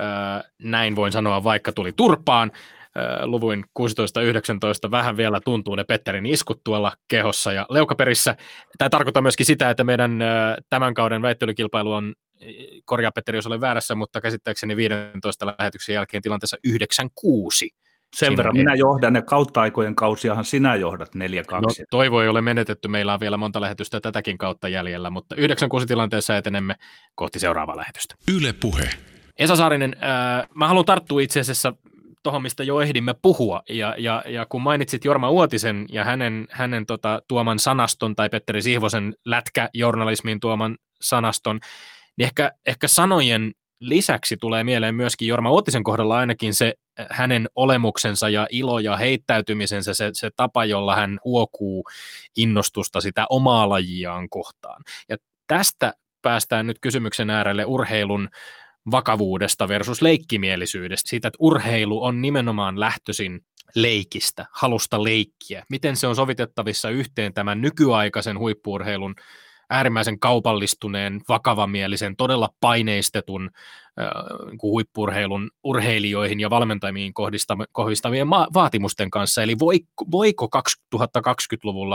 Näin voin sanoa, vaikka tuli turpaan. Luvuin 16-19 vähän vielä tuntuu ne Petterin iskut tuolla kehossa ja leukaperissä. Tämä tarkoittaa myöskin sitä, että meidän tämän kauden väittelykilpailu on, korjaa Petteri, jos olen väärässä, mutta käsittääkseni 15 lähetyksen jälkeen tilanteessa 9-6.
Sen verran minä johdan, ja kautta aikojen kausiahan sinä johdat 4-2.
No, toivo ei ole menetetty, meillä on vielä monta lähetystä tätäkin kautta jäljellä, mutta 9-6 tilanteessa etenemme kohti seuraavaa lähetystä.
Yle Puhe.
Esa Saarinen, mä haluan tarttua itse asiassa tuohon, mistä jo ehdimme puhua, ja kun mainitsit Jorma Uotisen ja hänen tuoman sanaston, tai Petteri Sihvosen lätkäjournalismiin tuoman sanaston, niin ehkä sanojen lisäksi tulee mieleen myöskin Jorma Uotisen kohdalla ainakin se hänen olemuksensa ja ilo ja heittäytymisensä, se tapa, jolla hän huokuu innostusta sitä omaa lajiaan kohtaan. Ja tästä päästään nyt kysymyksen äärelle urheilun vakavuudesta versus leikkimielisyydestä, siitä, että urheilu on nimenomaan lähtöisin leikistä, halusta leikkiä. Miten se on sovitettavissa yhteen tämän nykyaikaisen huippu-urheilun äärimmäisen kaupallistuneen, vakavamielisen, todella paineistetun huippu-urheilun urheilijoihin ja valmentajiin kohdistavien vaatimusten kanssa. Eli voiko 2020-luvulla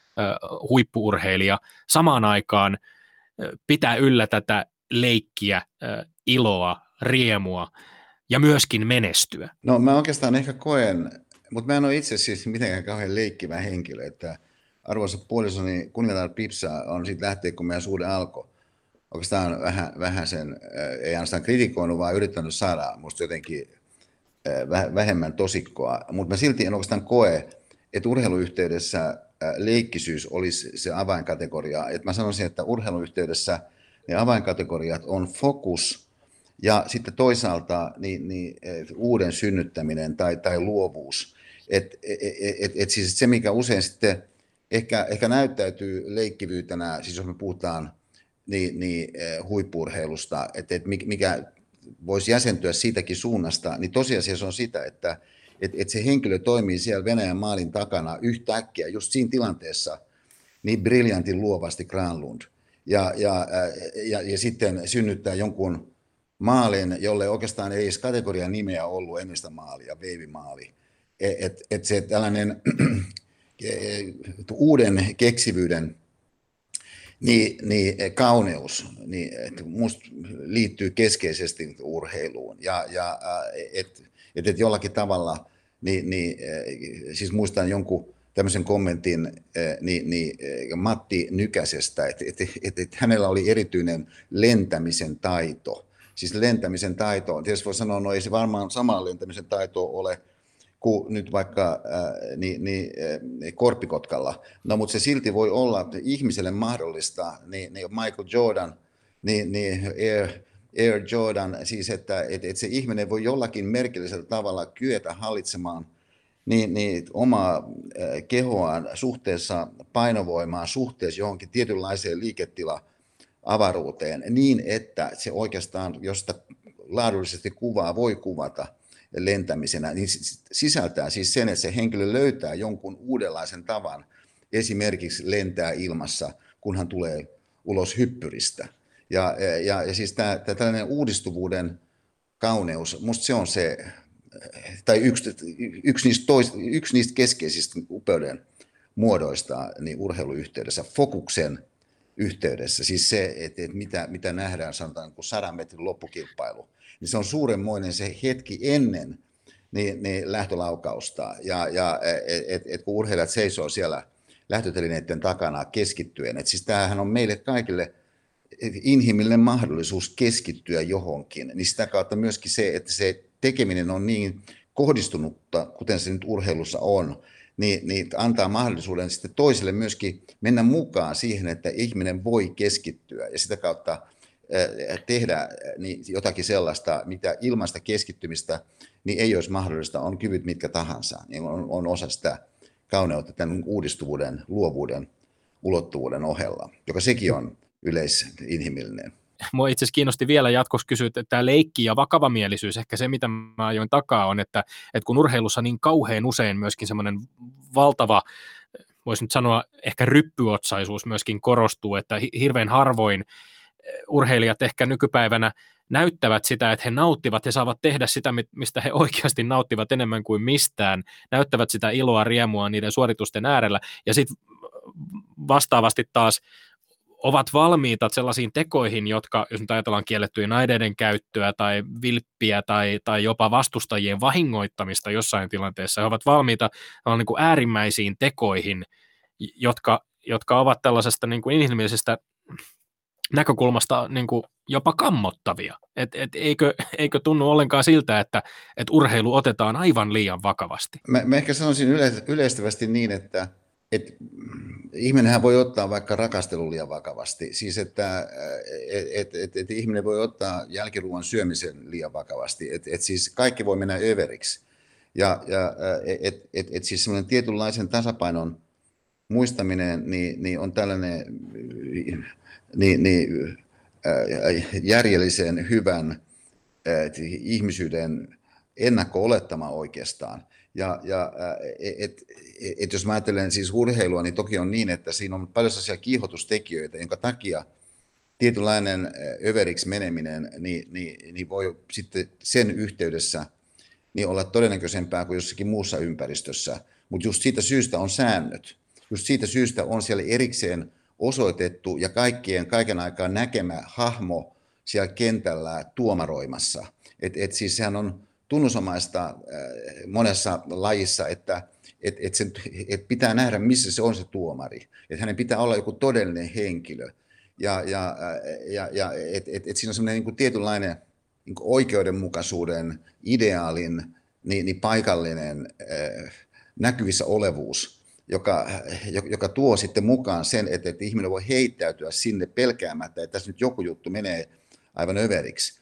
huippu-urheilija samaan aikaan pitää yllä tätä leikkiä, iloa, riemua ja myöskin menestyä?
No mä oikeastaan ehkä koen, mutta mä en ole itse siis mitenkään kauhean leikkivä henkilö, että arvoisa puolisoni Kuningatar Pipsa on siitä lähtien, kun meidän suhde alkoi. Oikeastaan vähän sen, ei ainoastaan kritikoinut, vaan yrittänyt saada musta jotenkin vähemmän tosikkoa. Mutta mä silti en oikeastaan koe, että urheiluyhteydessä leikkisyys olisi se avainkategoria. Et mä sanoisin, että urheiluyhteydessä ne avainkategoriat on fokus ja sitten toisaalta uuden synnyttäminen tai luovuus. Siis se, mikä usein sitten ehkä näyttäytyy leikkivyytenä, siis jos me puhutaan huippu-urheilusta, että mikä voisi jäsentyä siitäkin suunnasta, niin tosiasiassa on sitä, että se henkilö toimii siellä Venäjän maalin takana yhtäkkiä just siinä tilanteessa niin briljantin luovasti Granlund. ja sitten synnyttää jonkun maalin, jolle oikeastaan ei edes kategorian nimeä ollut ennen sitä maalia, veivimaali. Et se tällainen uuden keksivyyden kauneus musta liittyy keskeisesti urheiluun. Et jollakin tavalla, siis muistan jonkun tämmöisen kommentin Matti Nykäsestä, että hänellä oli erityinen lentämisen taito. Siis lentämisen taito, tietysti voi sanoa, no ei se varmaan sama lentämisen taito ole kuin nyt vaikka korppikotkalla. No mutta se silti voi olla ihmiselle mahdollista, Michael Jordan, Air Jordan, siis että se ihminen voi jollakin merkillisellä tavalla kyetä hallitsemaan omaa kehoaan suhteessa painovoimaan, suhteessa johonkin tietynlaiseen liiketila-avaruuteen, niin että se oikeastaan, josta laadullisesti kuvaa voi kuvata lentämisenä, niin sisältää siis sen, että se henkilö löytää jonkun uudenlaisen tavan esimerkiksi lentää ilmassa, kun hän tulee ulos hyppyristä. Ja siis tämä tällainen uudistuvuuden kauneus, musta se on se, tai yksi niistä keskeisistä upeuden muodoista niin urheiluyhteydessä, fokuksen yhteydessä, siis se, että mitä nähdään sanotaan kuin 100 metrin loppukilpailu, niin se on suuremmoinen se hetki ennen lähtölaukausta, ja kun urheilijat seisoo siellä lähtötelineiden takana keskittyen, että siis tämähän on meille kaikille inhimillinen mahdollisuus keskittyä johonkin, niin sitä kautta myöskin se, että se tekeminen on niin kohdistunutta, kuten se nyt urheilussa on, niin antaa mahdollisuuden sitten toiselle myöskin mennä mukaan siihen, että ihminen voi keskittyä ja sitä kautta tehdä jotakin sellaista, mitä ilmaista keskittymistä niin ei olisi mahdollista, on kyvyt mitkä tahansa, niin on osa sitä kauneutta tämän uudistuvuuden, luovuuden, ulottuvuuden ohella, joka sekin on yleisinhimillinen.
Mua itse asiassa kiinnosti vielä jatkossa kysyä, että tämä leikki ja vakavamielisyys, ehkä se mitä mä ajoin takaa on, että kun urheilussa niin kauhean usein myöskin semmoinen valtava, voisi nyt sanoa ehkä ryppyotsaisuus myöskin korostuu, että hirveän harvoin urheilijat ehkä nykypäivänä näyttävät sitä, että he nauttivat, he saavat tehdä sitä, mistä he oikeasti nauttivat enemmän kuin mistään, näyttävät sitä iloa, riemua niiden suoritusten äärellä, ja sitten vastaavasti taas ovat valmiita sellaisiin tekoihin, jotka, jos nyt ajatellaan kiellettyjen aineiden käyttöä tai vilppiä tai jopa vastustajien vahingoittamista jossain tilanteessa, he ovat valmiita niin kuin äärimmäisiin tekoihin, jotka ovat tällaisesta niin kuin inhimillisestä näkökulmasta niin kuin jopa kammottavia. Eikö tunnu ollenkaan siltä, että urheilu otetaan aivan liian vakavasti?
Mä ehkä sanoisin yleistävästi niin, että ihminenhän voi ottaa vaikka rakastelun liian vakavasti, siis että ihminen voi ottaa jälkiruuan syömisen liian vakavasti, että siis kaikki voi mennä överiksi, ja siis semmoinen tietynlaisen tasapainon muistaminen niin on tällainen järjellisen hyvän ihmisyyden ennakko-olettama oikeastaan. Jos mä ajattelen siis urheilua, niin toki on niin, että siinä on paljon sellaisia kiihotustekijöitä, jonka takia tietynlainen överiksi meneminen niin voi sitten sen yhteydessä niin olla todennäköisempää kuin jossakin muussa ympäristössä. Mutta just siitä syystä on säännöt. Just siitä syystä on siellä erikseen osoitettu ja kaiken aikaa näkemä hahmo siellä kentällä tuomaroimassa. Siis sehän on tunnusomaista monessa lajissa, että pitää nähdä, missä se on se tuomari. Että hänen pitää olla joku todellinen henkilö. Siinä on semmoinen niin tietynlainen niin oikeudenmukaisuuden, ideaalin, niin paikallinen näkyvissä olevuus, joka tuo sitten mukaan sen, että ihminen voi heittäytyä sinne pelkäämättä, että tässä nyt joku juttu menee aivan överiksi.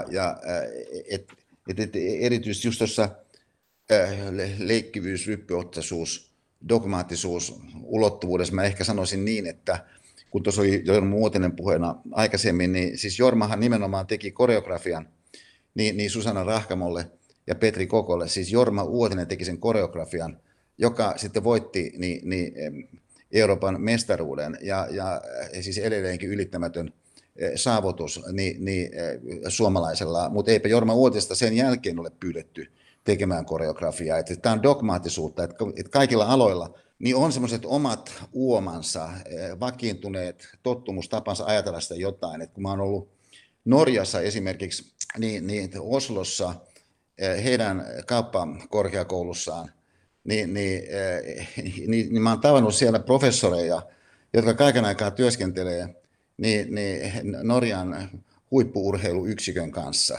Erityisesti just tuossa leikkivyys, ryppyottaisuus, dogmaattisuus, ulottuvuudessa mä ehkä sanoisin niin, että kun tuossa oli Jorma Uotinen puheena aikaisemmin, niin siis Jormahan nimenomaan teki koreografian niin Susanna Rahkamolle ja Petri Kokolle. Siis Jorma Uotinen teki sen koreografian, joka sitten voitti Euroopan mestaruuden ja siis edelleenkin ylittämätön saavutus suomalaisella, mutta eipä Jorma Uotista sen jälkeen ole pyydetty tekemään koreografiaa. Tämä on dogmaattisuutta, että kaikilla aloilla niin on semmoiset omat uomansa, vakiintuneet tottumustapansa ajatella sitä jotain. Että kun mä oon ollut Norjassa esimerkiksi, niin Oslossa heidän kauppakorkeakoulussaan, niin mä oon tavannut siellä professoreja, jotka kaiken aikaa työskentelee niin Norjan huippu-urheiluyksikön kanssa.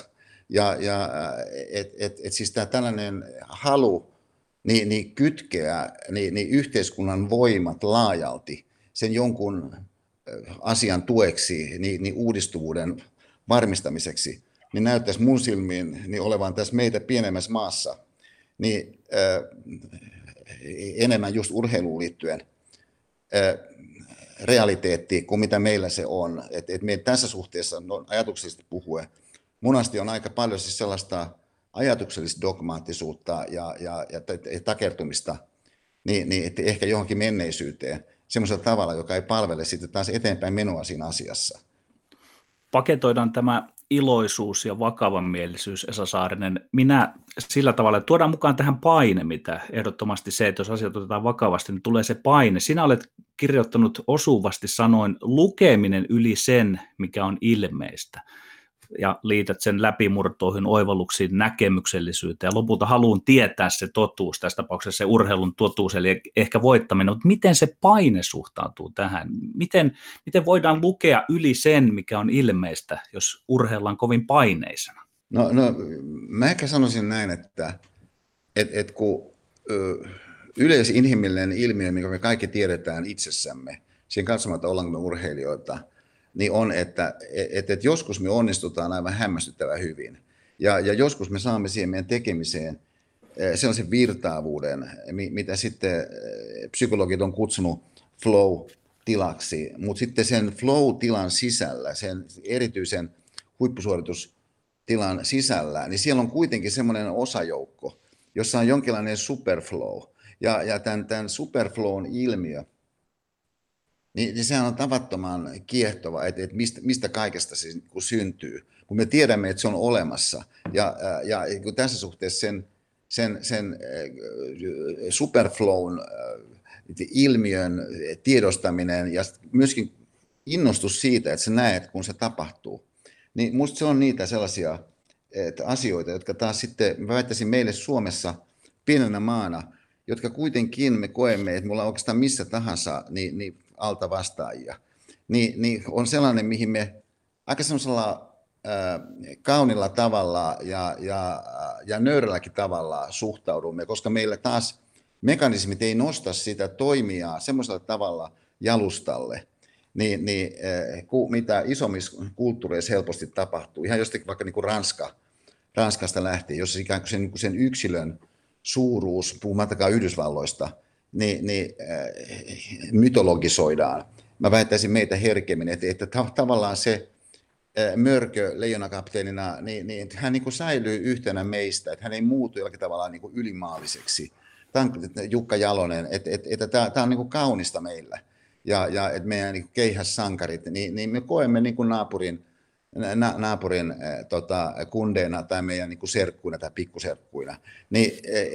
Siis tämä tällainen halu niin kytkeä niin yhteiskunnan voimat laajalti sen jonkun asian tueksi, niin uudistuvuuden varmistamiseksi, niin näyttäisi mun silmiin niin olevan tässä meitä pienemmässä maassa niin enemmän just urheiluun liittyen realiteetti kuin mitä meillä se on. Et me tässä suhteessa ajatuksellisesti puhuen monasti on aika paljon siis sellaista ajatuksellista dogmaattisuutta ja takertumista niin että ehkä johonkin menneisyyteen semmoisella tavalla, joka ei palvele sitten taas eteenpäin menoa siinä asiassa.
Paketoidaan tämä iloisuus ja vakavamielisyys, Esa Saarinen. Minä sillä tavalla, että tuodaan mukaan tähän paine, mitä ehdottomasti se, että jos asiat otetaan vakavasti, niin tulee se paine. Sinä olet kirjoittanut osuvasti sanoin lukeminen yli sen, mikä on ilmeistä. Ja liität sen läpimurtoihin, oivalluksiin, näkemyksellisyyteen ja lopulta haluan tietää se totuus, tässä tapauksessa se urheilun totuus, eli ehkä voittaminen, mutta miten se paine suhtautuu tähän? Miten voidaan lukea yli sen, mikä on ilmeistä, jos urheillaan kovin paineisena?
No mä ehkä sanoisin näin, että kun yleisinhimillinen ilmiö, mikä me kaikki tiedetään itsessämme, siihen katsomatta ollaanko me urheilijoita, niin on, että joskus me onnistutaan aivan hämmästyttävän hyvin. Ja joskus me saamme siihen meidän tekemiseen sellaisen virtaavuuden, mitä sitten psykologit on kutsunut flow-tilaksi. Mutta sitten sen flow-tilan sisällä, sen erityisen huippusuoritustilan sisällä, niin siellä on kuitenkin semmoinen osajoukko, jossa on jonkinlainen superflow. Ja tämän superflown ilmiö, niin sehän on tavattoman kiehtova, että mistä kaikesta se syntyy, kun me tiedämme, että se on olemassa. Ja tässä suhteessa sen superflown ilmiön tiedostaminen ja myöskin innostus siitä, että sä näet, kun se tapahtuu, niin musta se on niitä sellaisia asioita, jotka taas sitten, mä väittäisin meille Suomessa pienenä maana, jotka kuitenkin me koemme, että me ollaan oikeastaan missä tahansa, niin alta vastaajia, niin on sellainen, mihin me aika semmoisella kaunilla tavalla ja nöyrälläkin tavalla suhtaudumme, koska meillä taas mekanismit ei nosta sitä toimijaa semmoisella tavalla jalustalle, kuin mitä isommissa kulttuureissa helposti tapahtuu. Ihan jostakin vaikka niin kuin Ranskasta lähtien, jossa ikään kuin sen yksilön suuruus, puhumattakaan Yhdysvalloista, niin mytologisoidaan. Mä väittäisin meitä herkemmin, että tavallaan se Mörkö leijonakapteenina, niin hän niin kuin säilyy yhtenä meistä, että hän ei muutu jollakin tavalla niin kuin ylimaalliseksi. Tämä on Jukka Jalonen, että tämä on niin kuin kaunista meillä. Ja että meidän niin kuin keihässankarit, niin me koemme niin kuin naapurin kundeina tai meidän niin kuin serkkuina tai pikkuserkkuina. Niin,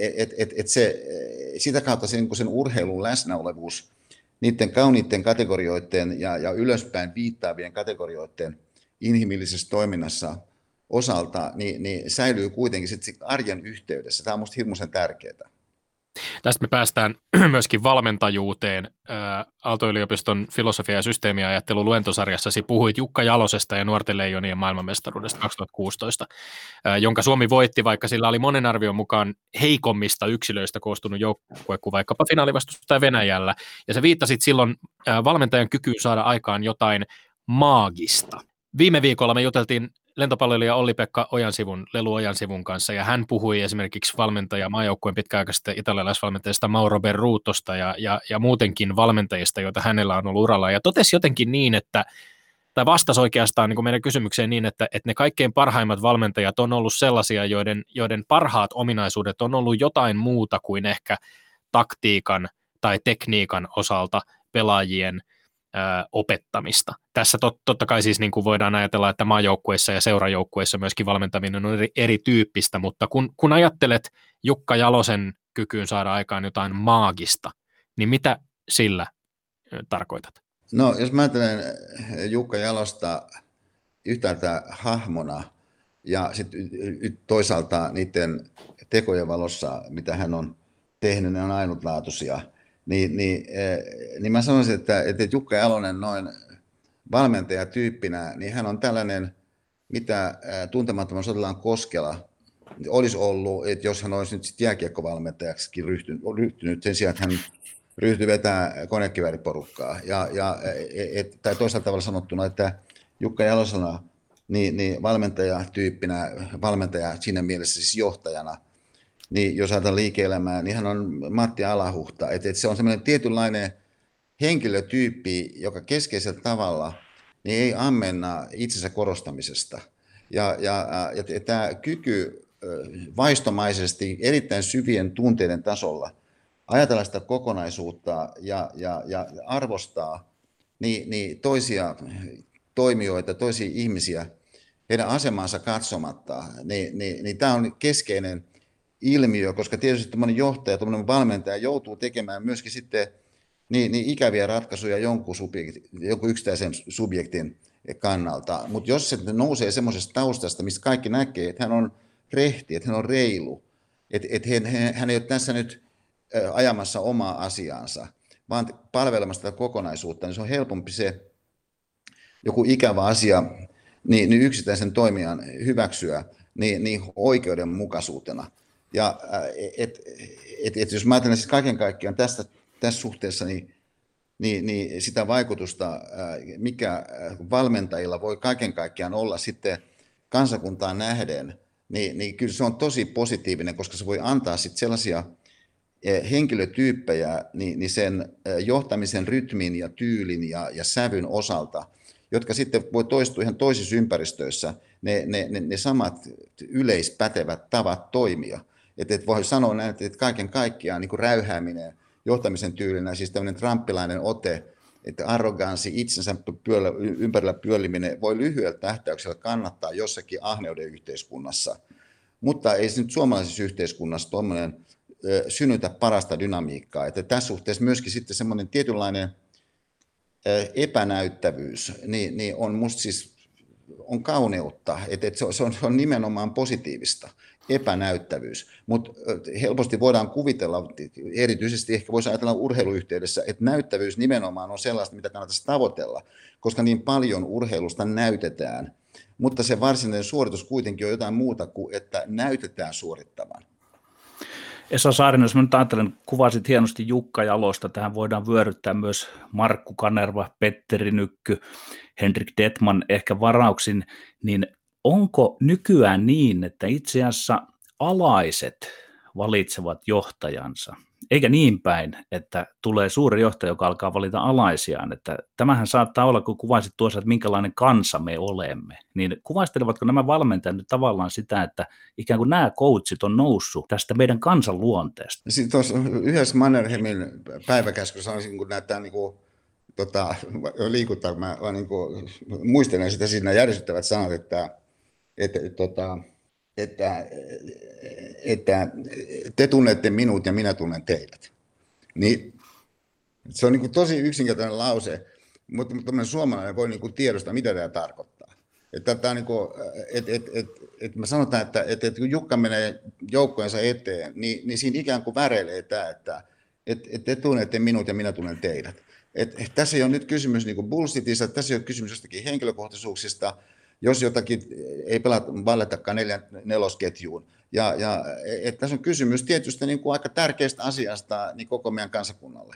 sitä kautta sen urheilun läsnäolevuus, niiden kauniitten kategorioiden ja ylöspäin viittaavien kategorioiden inhimillisessä toiminnassa osalta, niin säilyy kuitenkin sit arjen yhteydessä. Tämä on minusta hirmuisen tärkeää.
Tästä me päästään myöskin valmentajuuteen. Aalto-yliopiston filosofia- ja systeemiajattelun luentosarjassasi puhuit Jukka Jalosesta ja nuorten leijonien maailmanmestaruudesta 2016, jonka Suomi voitti, vaikka sillä oli monen arvion mukaan heikommista yksilöistä koostunut joukkue kuin vaikkapa finaalivastustaja Venäjällä. Ja sä viittasit silloin valmentajan kykyyn saada aikaan jotain maagista. Viime viikolla me juteltiin lentopalloilija Olli-Pekka Ojansivun, Lelu Ojansivun kanssa, ja hän puhui esimerkiksi maajoukkueen pitkäaikaisesta italialaisvalmentajasta Mauro Berrutosta ja muutenkin valmentajista, joita hänellä on ollut uralla, ja totesi jotenkin niin, tai vastasi oikeastaan niin kuin meidän kysymykseen niin, että ne kaikkein parhaimmat valmentajat on ollut sellaisia, joiden parhaat ominaisuudet on ollut jotain muuta kuin ehkä taktiikan tai tekniikan osalta pelaajien opettamista. Tässä totta kai siis niin kuin voidaan ajatella, että maajoukkueissa ja seurajoukkueissa myöskin valmentaminen on erityyppistä, mutta kun ajattelet Jukka Jalosen kykyyn saada aikaan jotain maagista, niin mitä sillä tarkoitat?
No, jos mä ajattelen Jukka Jalosta yhtäältä hahmona ja sitten toisaalta niiden tekojen valossa, mitä hän on tehnyt, ne on ainutlaatuisia, niin mä sanoisin, että Jukka Jalonen noin valmentajatyyppinä, niin hän on tällainen, mitä Tuntemattoman sotilaan Koskela olisi ollut, että jos hän olisi nyt sitten jääkiekkovalmentajaksikin ryhtynyt sen sijaan, että hän ryhtyi vetämään konekivääriporukkaa. Tai toisaalta tavalla sanottuna, että Jukka Jalosena niin valmentajatyyppinä, valmentaja siinä mielessä siis johtajana, niin jos ajatellaan liike-elämää, niin hän on Matti Alahuhta. Että se on semmoinen tietynlainen henkilötyyppi, joka keskeisellä tavalla niin ei ammenna itsensä korostamisesta. Ja tämä kyky vaistomaisesti erittäin syvien tunteiden tasolla ajatella sitä kokonaisuutta ja arvostaa niin toisia toimijoita, toisia ihmisiä heidän asemansa katsomatta, niin tämä on keskeinen ilmiö, koska tietysti tuommoinen johtaja, tuommoinen valmentaja joutuu tekemään myöskin sitten niin ikäviä ratkaisuja jonkun yksittäisen subjektin kannalta, mutta jos se nousee semmoisesta taustasta, mistä kaikki näkee, että hän on rehti, että hän on reilu, että hän ei ole tässä nyt ajamassa omaa asiaansa, vaan palvelemassa tätä kokonaisuutta, niin se on helpompi se joku ikävä asia niin yksittäisen toimijan hyväksyä niin oikeudenmukaisuutena. Ja jos mä ajattelen siis kaiken kaikkiaan tässä suhteessa, niin sitä vaikutusta, mikä valmentajilla voi kaiken kaikkiaan olla sitten kansakuntaan nähden, niin kyllä se on tosi positiivinen, koska se voi antaa sitten sellaisia henkilötyyppejä niin sen johtamisen rytmin ja tyylin ja sävyn osalta, jotka sitten voi toistua ihan toisissa ympäristöissä, ne samat yleispätevät tavat toimia. Että voi sanoa näin, että kaiken kaikkiaan niin kuin räyhääminen johtamisen tyylinä, siis tämmöinen trumppilainen ote, että arroganssi, itsensä ympärillä pyöliminen voi lyhyellä tähtäyksellä kannattaa jossakin ahneuden yhteiskunnassa, mutta ei se nyt suomalaisessa yhteiskunnassa tuommoinen synnytä parasta dynamiikkaa. Että tässä suhteessa myöskin sitten semmoinen tietynlainen epänäyttävyys niin on musta siis on kauneutta, että se on nimenomaan positiivista, epänäyttävyys, mutta helposti voidaan kuvitella, erityisesti ehkä voisi ajatella urheiluyhteydessä, että näyttävyys nimenomaan on sellaista, mitä kannattaisi tavoitella, koska niin paljon urheilusta näytetään, mutta se varsinainen suoritus kuitenkin on jotain muuta kuin, että näytetään suorittavan.
Esa Saarinen, jos mä nyt ajattelen, kuvasit hienosti Jukka Jalosta, tähän voidaan vyöryttää myös Markku Kanerva, Petteri Nykky, Henrik Detman ehkä varauksin, niin onko nykyään niin, että itse asiassa alaiset valitsevat johtajansa, eikä niin päin, että tulee suuri johtaja, joka alkaa valita alaisiaan, että tämähän saattaa olla, kun kuvasit tuossa, että minkälainen kansa me olemme, niin kuvaistelevatko nämä valmentajat nyt tavallaan sitä, että ikään kuin nämä coachit on noussut tästä meidän kansan luonteesta?
Sitten tuossa yhdessä Mannerheimin päiväkäskyssä on, kun näyttää liikuttaa, mä muistelen sitä siinä järjestettävät sanat, että te tunnette minut ja minä tunnen teidät. Niin, se on tosi yksinkertainen lause, mutta suomalainen voi tiedostaa, mitä tämä tarkoittaa. Että me sanotaan, että kun Jukka menee joukkojensa eteen, niin siinä ikään kuin väreilee tämä, että te tunnette minut ja minä tunnen teidät. Tässä ei ole nyt kysymys bullshitista, tässä ei ole kysymys jostakin henkilökohtaisuuksista, jos jotakin ei valletakaan 4-ketjuun. Tässä on kysymys tietysti aika tärkeästä asiasta koko meidän kansakunnalle.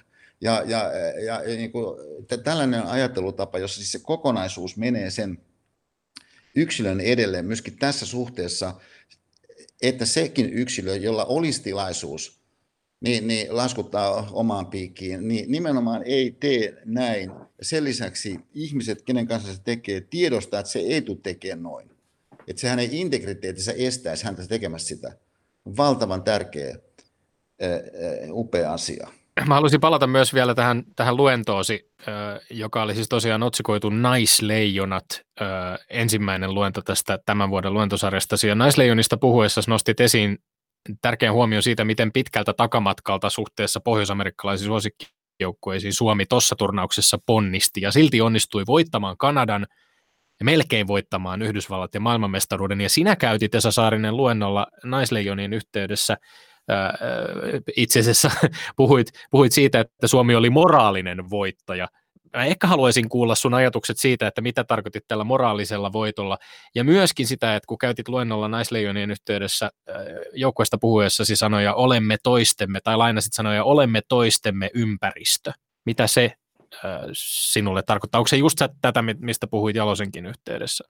Tällainen ajattelutapa, jossa siis se kokonaisuus menee sen yksilön edelle myöskin tässä suhteessa, että sekin yksilö, jolla olisi tilaisuus niin laskuttaa omaan piikkiin, niin nimenomaan ei tee näin. Sen lisäksi ihmiset, kenen kanssa se tekee, tiedostaa, että se ei tule tekemään noin. Että se hänen integriteetinsä estäisi häntä tekemässä sitä. Valtavan tärkeä, upea asia.
Mä haluaisin palata myös vielä tähän luentoosi, joka oli siis tosiaan otsikoitu Naisleijonat, ensimmäinen luento tästä tämän vuoden luentosarjastasi. Ja Naisleijonista puhuessa nostit esiin tärkeän huomioon siitä, miten pitkältä takamatkalta suhteessa pohjois-amerikkalaisiin suosikkijoukkueisiin Suomi tuossa turnauksessa ponnisti ja silti onnistui voittamaan Kanadan ja melkein voittamaan Yhdysvallat ja maailmanmestaruuden. Ja sinä käytit, Esa Saarinen, luennolla Naisleijonien yhteydessä itse asiassa puhuit siitä, että Suomi oli moraalinen voittaja. Mä ehkä haluaisin kuulla sun ajatukset siitä, että mitä tarkoitit tällä moraalisella voitolla, ja myöskin sitä, että kun käytit luennolla Naisleijonien yhteydessä joukkueesta puhuessasi sanoja olemme toistemme, tai lainasit sanoja olemme toistemme ympäristö. Mitä se sinulle tarkoittaa? Onko se just tätä, mistä puhuit Jalosenkin yhteydessä?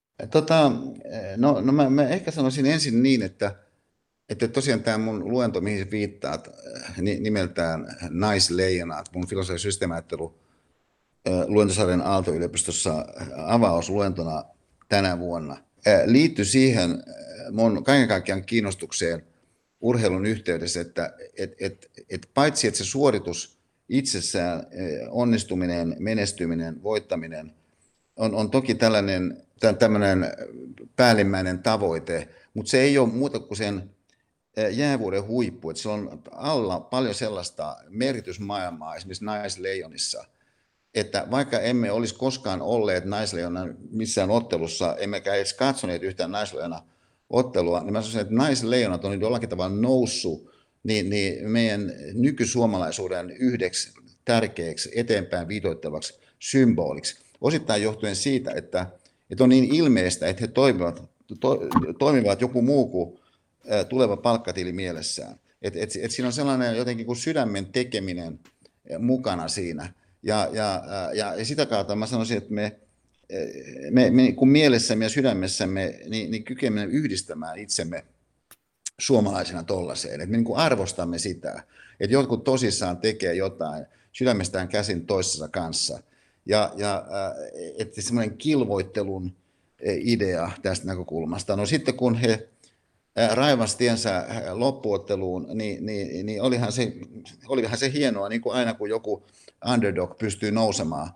Mä ehkä sanoisin ensin niin, että tosiaan tämä mun luento, mihin viittaat, nimeltään Naisleijonat, mun filosofia- ja systeemiajattelu luentosarjan Aalto-yliopistossa avausluentona tänä vuonna, liittyi siihen mun kaiken kaikkiaan kiinnostukseen urheilun yhteydessä, että paitsi että se suoritus itsessään, onnistuminen, menestyminen, voittaminen on toki tämmöinen päällimmäinen tavoite, mutta se ei ole muuta kuin sen jäävuoden huippu, että se on alla paljon sellaista merkitysmaailmaa esimerkiksi Naisleijonissa, että vaikka emme olisi koskaan olleet Naisleijonan missään ottelussa, emmekä edes katsoneet yhtään Naisleijona ottelua, niin mä sanoisin, että Naisleijonat on jollakin tavalla noussut niin meidän nykysuomalaisuuden yhdeksi tärkeäksi eteenpäin viitoittavaksi symboliksi. Osittain johtuen siitä, että on niin ilmeistä, että he toimivat joku muu kuin tuleva palkkatili mielessään. Et siinä on sellainen jotenkin kuin sydämen tekeminen mukana siinä. Ja sitä kautta mä sanoisin, että me kun mielessämme ja sydämessämme niin kykenemme yhdistämään itsemme suomalaisena tollaiseen. Että me niin kuin arvostamme sitä, että jotkut tosissaan tekee jotain sydämestään käsin toisessa kanssa. Että semmoinen kilvoittelun idea tästä näkökulmasta. No sitten kun he raivasi tiensä loppuotteluun, niin olihan se hienoa, niin kuin aina kun joku underdog pystyy nousemaan,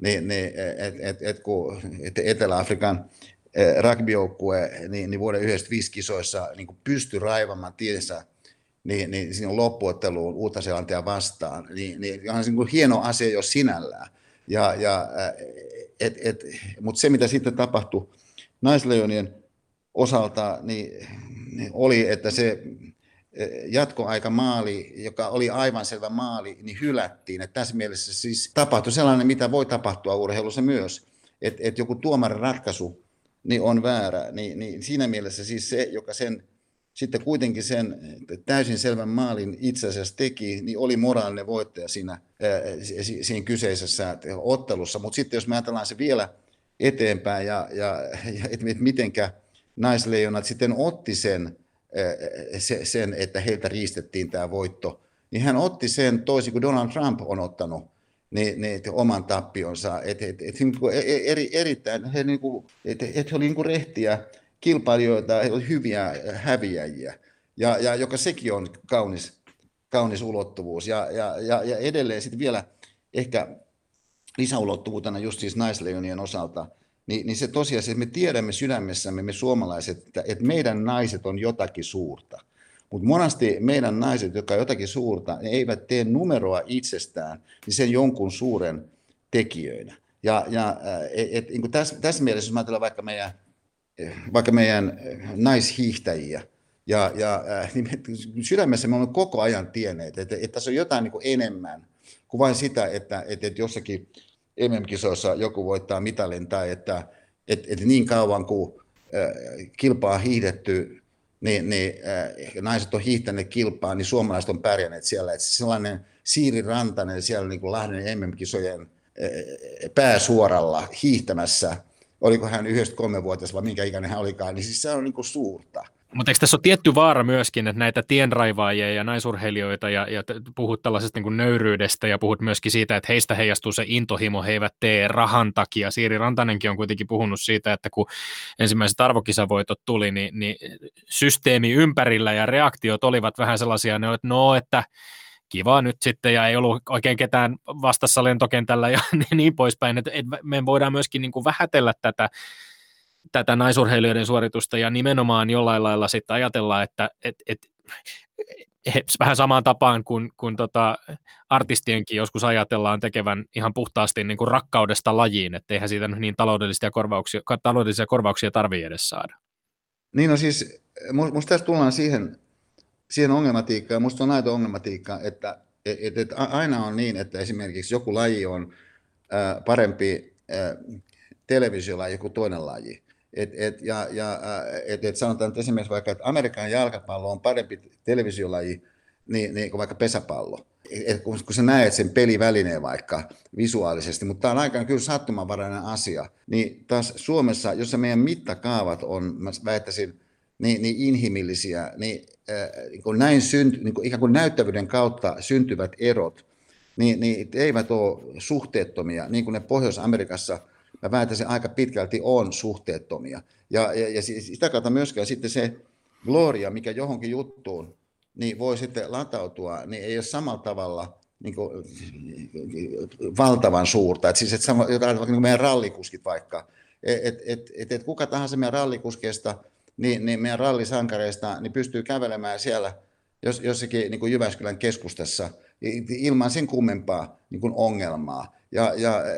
kun Etelä-Afrikan rugbyjoukkue niin vuoden 1995 kisoissa niin pystyi raivamaan tiensä niin siinä loppuotteluun Uutta-Seelantia vastaan, niin on se niin hieno asia jo sinällään. Mutta se, mitä sitten tapahtui Naisleijonien osalta, niin oli, että se jatkoaikamaali, joka oli aivan selvä maali, niin hylättiin. Että tässä mielessä siis tapahtui sellainen, mitä voi tapahtua urheilussa myös, että joku tuomarin ratkaisu niin on väärä. Niin siinä mielessä siis se, joka sitten kuitenkin sen täysin selvän maalin itse asiassa teki, niin oli moraalinen voittaja siinä kyseisessä ottelussa. Mutta sitten jos me ajatellaan se vielä eteenpäin että mitenkä Naisleijonat sitten otti sen, että heiltä riistettiin tämä voitto, niin hän otti sen toisin kuin Donald Trump on ottanut oman tappionsa. Erittäin, he olivat rehtiä kilpailijoita, he olivat hyviä häviäjiä, ja joka sekin on kaunis ulottuvuus. Ja edelleen sitten vielä ehkä lisäulottuvuutena just siis Naisleijonien osalta, niin se tosiasia, että me tiedämme sydämessämme, me suomalaiset, että meidän naiset on jotakin suurta. Mutta monasti meidän naiset, jotka on jotakin suurta, ne eivät tee numeroa itsestään niin sen jonkun suuren tekijöinä. Niin tässä mielessä, jos ajatellaan vaikka meidän naishiihtäjiä, niin sydämessä me olemme koko ajan tienneet, että tässä on jotain niin kuin enemmän kuin vain sitä, että jossakin MM-kisoissa joku voittaa mitalin tai että niin kauan kuin kilpaa hiihdetty, niin naiset on hiihtäneet kilpaa, niin suomalaiset on pärjänneet siellä. Että sellainen Siiri Rantanen siellä niin kuin Lahden MM-kisojen pääsuoralla hiihtämässä, oliko hän 93-vuotias vai minkä ikäinen hän olikaan, niin siis se on niin kuin suurta.
Mutta eikö tässä ole tietty vaara myöskin, että näitä tienraivaajia ja naisurheilijoita ja puhut tällaisesta niin kuin nöyryydestä ja puhut myöskin siitä, että heistä heijastuu se intohimo, he eivät tee rahan takia. Siiri Rantanenkin on kuitenkin puhunut siitä, että kun ensimmäiset arvokisavoitot tuli, niin systeemi ympärillä ja reaktiot olivat vähän sellaisia, että kiva nyt sitten, ja ei ollut oikein ketään vastassa lentokentällä ja niin poispäin, että me voidaan myöskin niin kuin vähätellä tätä naisurheilijoiden suoritusta, ja nimenomaan jollain lailla sitten ajatella, että vähän samaan tapaan kuin artistienkin joskus ajatellaan tekevän ihan puhtaasti niin kuin rakkaudesta lajiin, että eihän siitä niin taloudellisia korvauksia tarvitse edes saada.
Niin no siis, musta tässä tullaan siihen ongelmatiikkaan, musta on aito ongelmatiikka, että aina on niin, että esimerkiksi joku laji on parempi televisiolaji kuin toinen laji. Sanotaan, että esimerkiksi vaikka, että Amerikan jalkapallo on parempi televisiolaji niin kuin vaikka pesäpallo. Kun sä näet sen pelivälineen vaikka visuaalisesti, mutta tämä on aika kyllä sattumanvarainen asia, niin taas Suomessa, jossa meidän mittakaavat on, mä väittäisin, niin inhimillisiä, niin näin ikään kuin näyttävyyden kautta syntyvät erot, niin eivät ole suhteettomia, niin kuin ne Pohjois-Amerikassa, mä väittäisin aika pitkälti on suhteettomia. Ja sitä kautta myöskään sitten se gloria, mikä johonkin juttuun, niin voi sitten latautua, niin ei ole samalla tavalla niin kuin valtavan suurta. Että siis, jotain vaikka meidän rallikuskit vaikka, että kuka tahansa meidän rallikuskeista, niin meidän rallisankareista, niin pystyy kävelemään siellä jossakin niin kuin Jyväskylän keskustassa ilman sen kummempaa niin kuin ongelmaa. Ja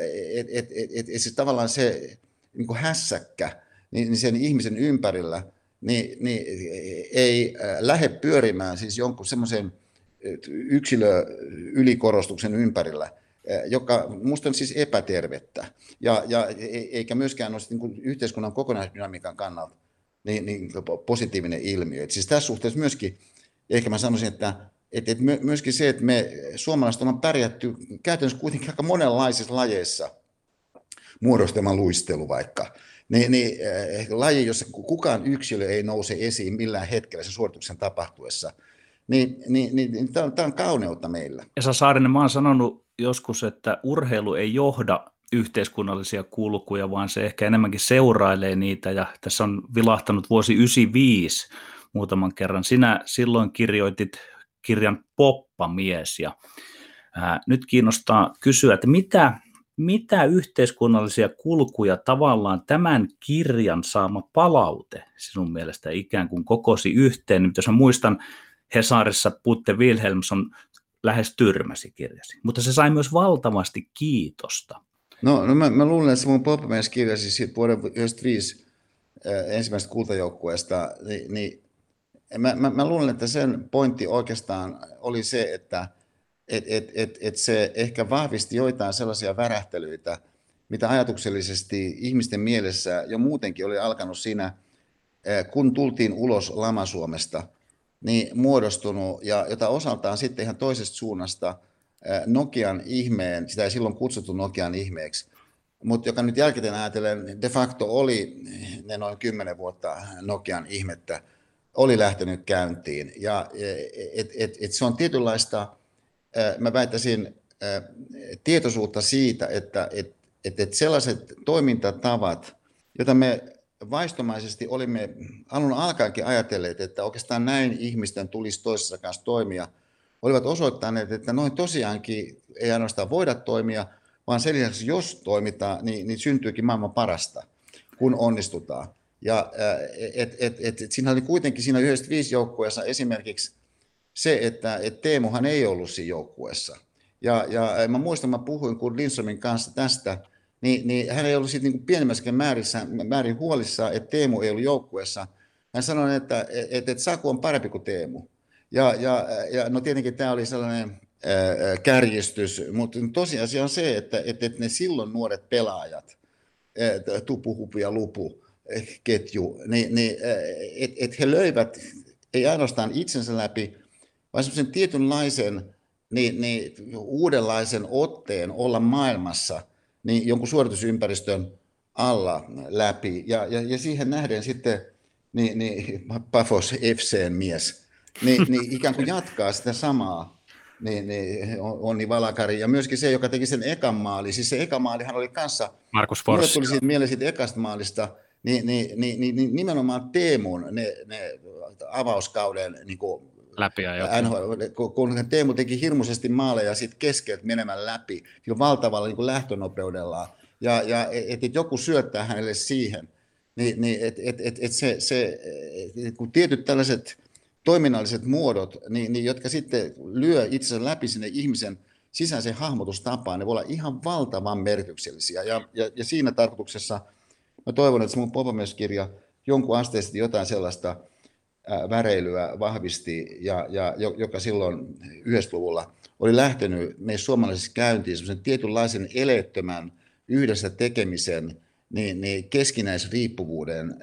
siis tavallaan se niin kuin hässäkkä niin sen ihmisen ympärillä niin ei lähde pyörimään siis jonkun semmoisen yksilöylikorostuksen ympärillä, joka musta on siis epätervettä, ja eikä myöskään ole niin kuin yhteiskunnan kokonaisdynamiikan kannalta niin positiivinen ilmiö. Et siis tässä suhteessa myöskin, ehkä mä sanoisin, että myöskin se, että me suomalaiset ollaan pärjätty käytännössä kuitenkin aika monenlaisissa lajeissa, muodostelman luistelu vaikka, niin laji, jossa kukaan yksilö ei nouse esiin millään hetkellä sen suorituksen tapahtuessa, niin tämä on kauneutta meillä.
Esa Saarinen, mä oon sanonut joskus, että urheilu ei johda yhteiskunnallisia kulkuja, vaan se ehkä enemmänkin seurailee niitä, ja tässä on vilahtanut vuosi 1995 muutaman kerran. Sinä silloin kirjoitit kirjan Poppamies, ja nyt kiinnostaa kysyä, että mitä yhteiskunnallisia kulkuja tavallaan tämän kirjan saama palaute sinun mielestä ikään kuin kokosi yhteen? Nyt jos mä muistan, Hesarissa Putte Wilhelmsson lähes tyrmäsi kirjasi, mutta se sai myös valtavasti kiitosta.
No mä luulen, että se mun Poppamies-kirjasi siitä vuoden 1995 ensimmäisestä kultajoukkueesta, niin mä luulen, että sen pointti oikeastaan oli se, että se ehkä vahvisti joitain sellaisia värähtelyitä, mitä ajatuksellisesti ihmisten mielessä jo muutenkin oli alkanut siinä, kun tultiin ulos Lama-Suomesta, niin muodostunut, ja jota osaltaan sitten ihan toisesta suunnasta Nokian ihmeen, sitä ei silloin kutsuttu Nokian ihmeeksi, mutta joka nyt jälkikäteen ajatellen de facto oli ne noin 10 vuotta Nokian ihmettä, oli lähtenyt käyntiin. Ja se on tietynlaista, mä väittäisin, tietoisuutta siitä, että sellaiset toimintatavat, joita me vaistomaisesti olimme alun alkaenkin ajatelleet, että oikeastaan näin ihmisten tulisi toisessa kanssa toimia, olivat osoittaneet, että noin tosiaankin ei ainoastaan voida toimia, vaan sen lisäksi, jos toimitaan, niin syntyykin maailman parasta, kun onnistutaan. Ja siinä oli kuitenkin siinä 95 joukkueessa esimerkiksi se, että Teemuhan ei ollut siinä joukkueessa. Ja mä muistan, mä puhuin kun Lindströmin kanssa tästä, niin hän ei ollut sitten niin pienemmässäkään määrin huolissaan, että Teemu ei ollut joukkueessa. Hän sanoi, että Saku on parempi kuin Teemu. Ja no tietenkin tämä oli sellainen kärjistys, mutta tosiasia on se, että ne silloin nuoret pelaajat, Tupu, Hupu ja Lupu, ketju, että he löivät ei ainoastaan itsensä läpi, vaan semmoisen tietynlaisen uudenlaisen otteen olla maailmassa niin jonkun suoritusympäristön alla läpi. Ja siihen nähden sitten Pafos FC:n mies niin ikään kuin jatkaa sitä samaa. Onni Valakari ja myöskin se, joka teki sen ekan maali. Siis se eka maalihan oli kanssa,
Markus Fors.
Tuli siitä mieleen siitä ekasta maalista, niin nimenomaan Teemun ne avauskauden niin kuin kun Teemu teki hirmuisesti maaleja sit keskeltä menemään läpi, valtavalla niin kuin lähtönopeudellaan, ja että joku syöttää hänelle siihen, niin kun tietyt tällaiset toiminnalliset muodot, niin jotka sitten lyö itsensä läpi sinne ihmisen sisäiseen hahmotustapaan, ne voi olla ihan valtavan merkityksellisiä. Ja siinä tarkoituksessa mä toivon, että se mun Popomös-kirja jonkun asteisesti jotain sellaista väreilyä vahvisti, joka silloin 90-luvulla oli lähtenyt meissä suomalaisissa käyntiin semmoisen tietynlaisen eleettömän yhdessä tekemisen niin keskinäisriippuvuuden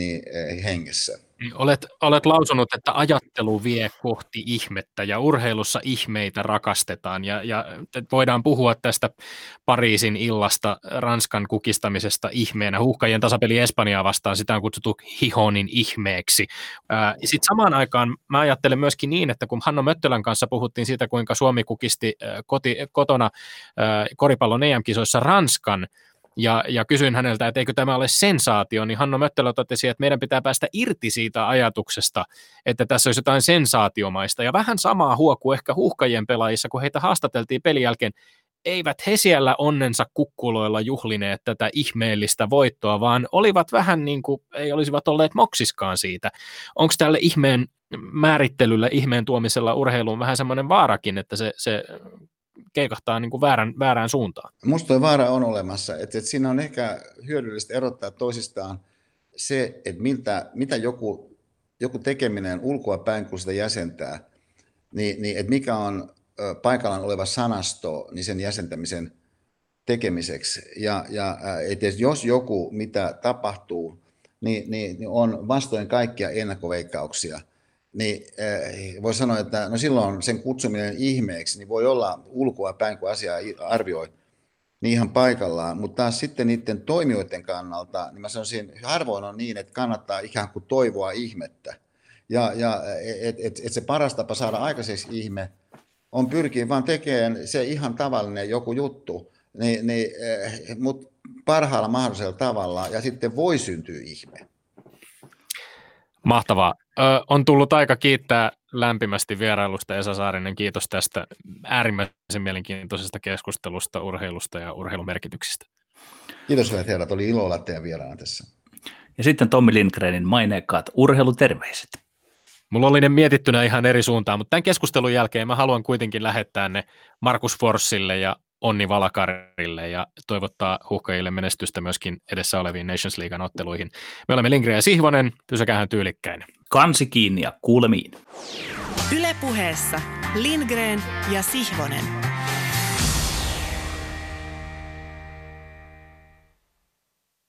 hengessä.
Olet lausunut, että ajattelu vie kohti ihmettä ja urheilussa ihmeitä rakastetaan ja voidaan puhua tästä Pariisin illasta Ranskan kukistamisesta ihmeenä. Huuhkajien tasapeli Espanjaa vastaan, sitä on kutsuttu Gijonin ihmeeksi. Sitten samaan aikaan mä ajattelen myöskin niin, että kun Hanno Möttölän kanssa puhuttiin siitä, kuinka Suomi kukisti kotona koripallon EM-kisoissa Ranskan, ja kysyin häneltä, että eikö tämä ole sensaatio, niin Hanno Möttölä totesi, että meidän pitää päästä irti siitä ajatuksesta, että tässä olisi jotain sensaatiomaista. Ja vähän samaa huokuu ehkä huuhkajien pelaajissa, kun heitä haastateltiin pelin jälkeen. Eivät he siellä onnensa kukkuloilla juhlineet tätä ihmeellistä voittoa, vaan olivat vähän niin kuin ei olisivat olleet moksiskaan siitä. Onko tälle ihmeen määrittelyllä, ihmeen tuomisella urheiluun vähän semmoinen vaarakin, että se keikahtaa niin kuin väärään suuntaan?
Musta tuo vaara on olemassa, että siinä on ehkä hyödyllistä erottaa toisistaan se, että mitä joku tekeminen ulkoa päin, kun sitä jäsentää, niin että mikä on paikallaan oleva sanasto niin sen jäsentämisen tekemiseksi. Ja että jos joku, mitä tapahtuu, niin on vastoin kaikkia ennakkoveikkauksia, niin voi sanoa, että no silloin sen kutsuminen ihmeeksi niin voi olla ulkoa päin, kun asiaa arvioi, niin ihan paikallaan. Mutta taas sitten niiden toimijoiden kannalta, niin mä sanoisin, harvoin on niin, että kannattaa ikään kuin toivoa ihmettä. Ja että se paras tapa saada aikaiseksi ihme on pyrkiä vaan tekemään se ihan tavallinen joku juttu, mutta parhaalla mahdollisella tavalla, ja sitten voi syntyä ihme.
Mahtavaa. On tullut aika kiittää lämpimästi vierailusta, Esa Saarinen. Kiitos tästä äärimmäisen mielenkiintoisesta keskustelusta urheilusta ja urheilumerkityksistä.
Kiitos hyvät herrat, oli ilo olla teidän vieraana tässä.
Ja sitten Tommi Lindgrenin maineikkaat urheiluterveiset.
Mulla oli ne mietittynä ihan eri suuntaan, mutta tämän keskustelun jälkeen mä haluan kuitenkin lähettää ne Markus Forssille ja Onni Valakarille ja toivottaa huuhkajille menestystä myöskin edessä oleviin Nations Leaguean otteluihin. Me olemme Lindgren ja Sihvonen, pysykäähän tyylikkäin.
Kansi kiinni ja kuulemiin.
Yle Puheessa Lindgren ja Sihvonen.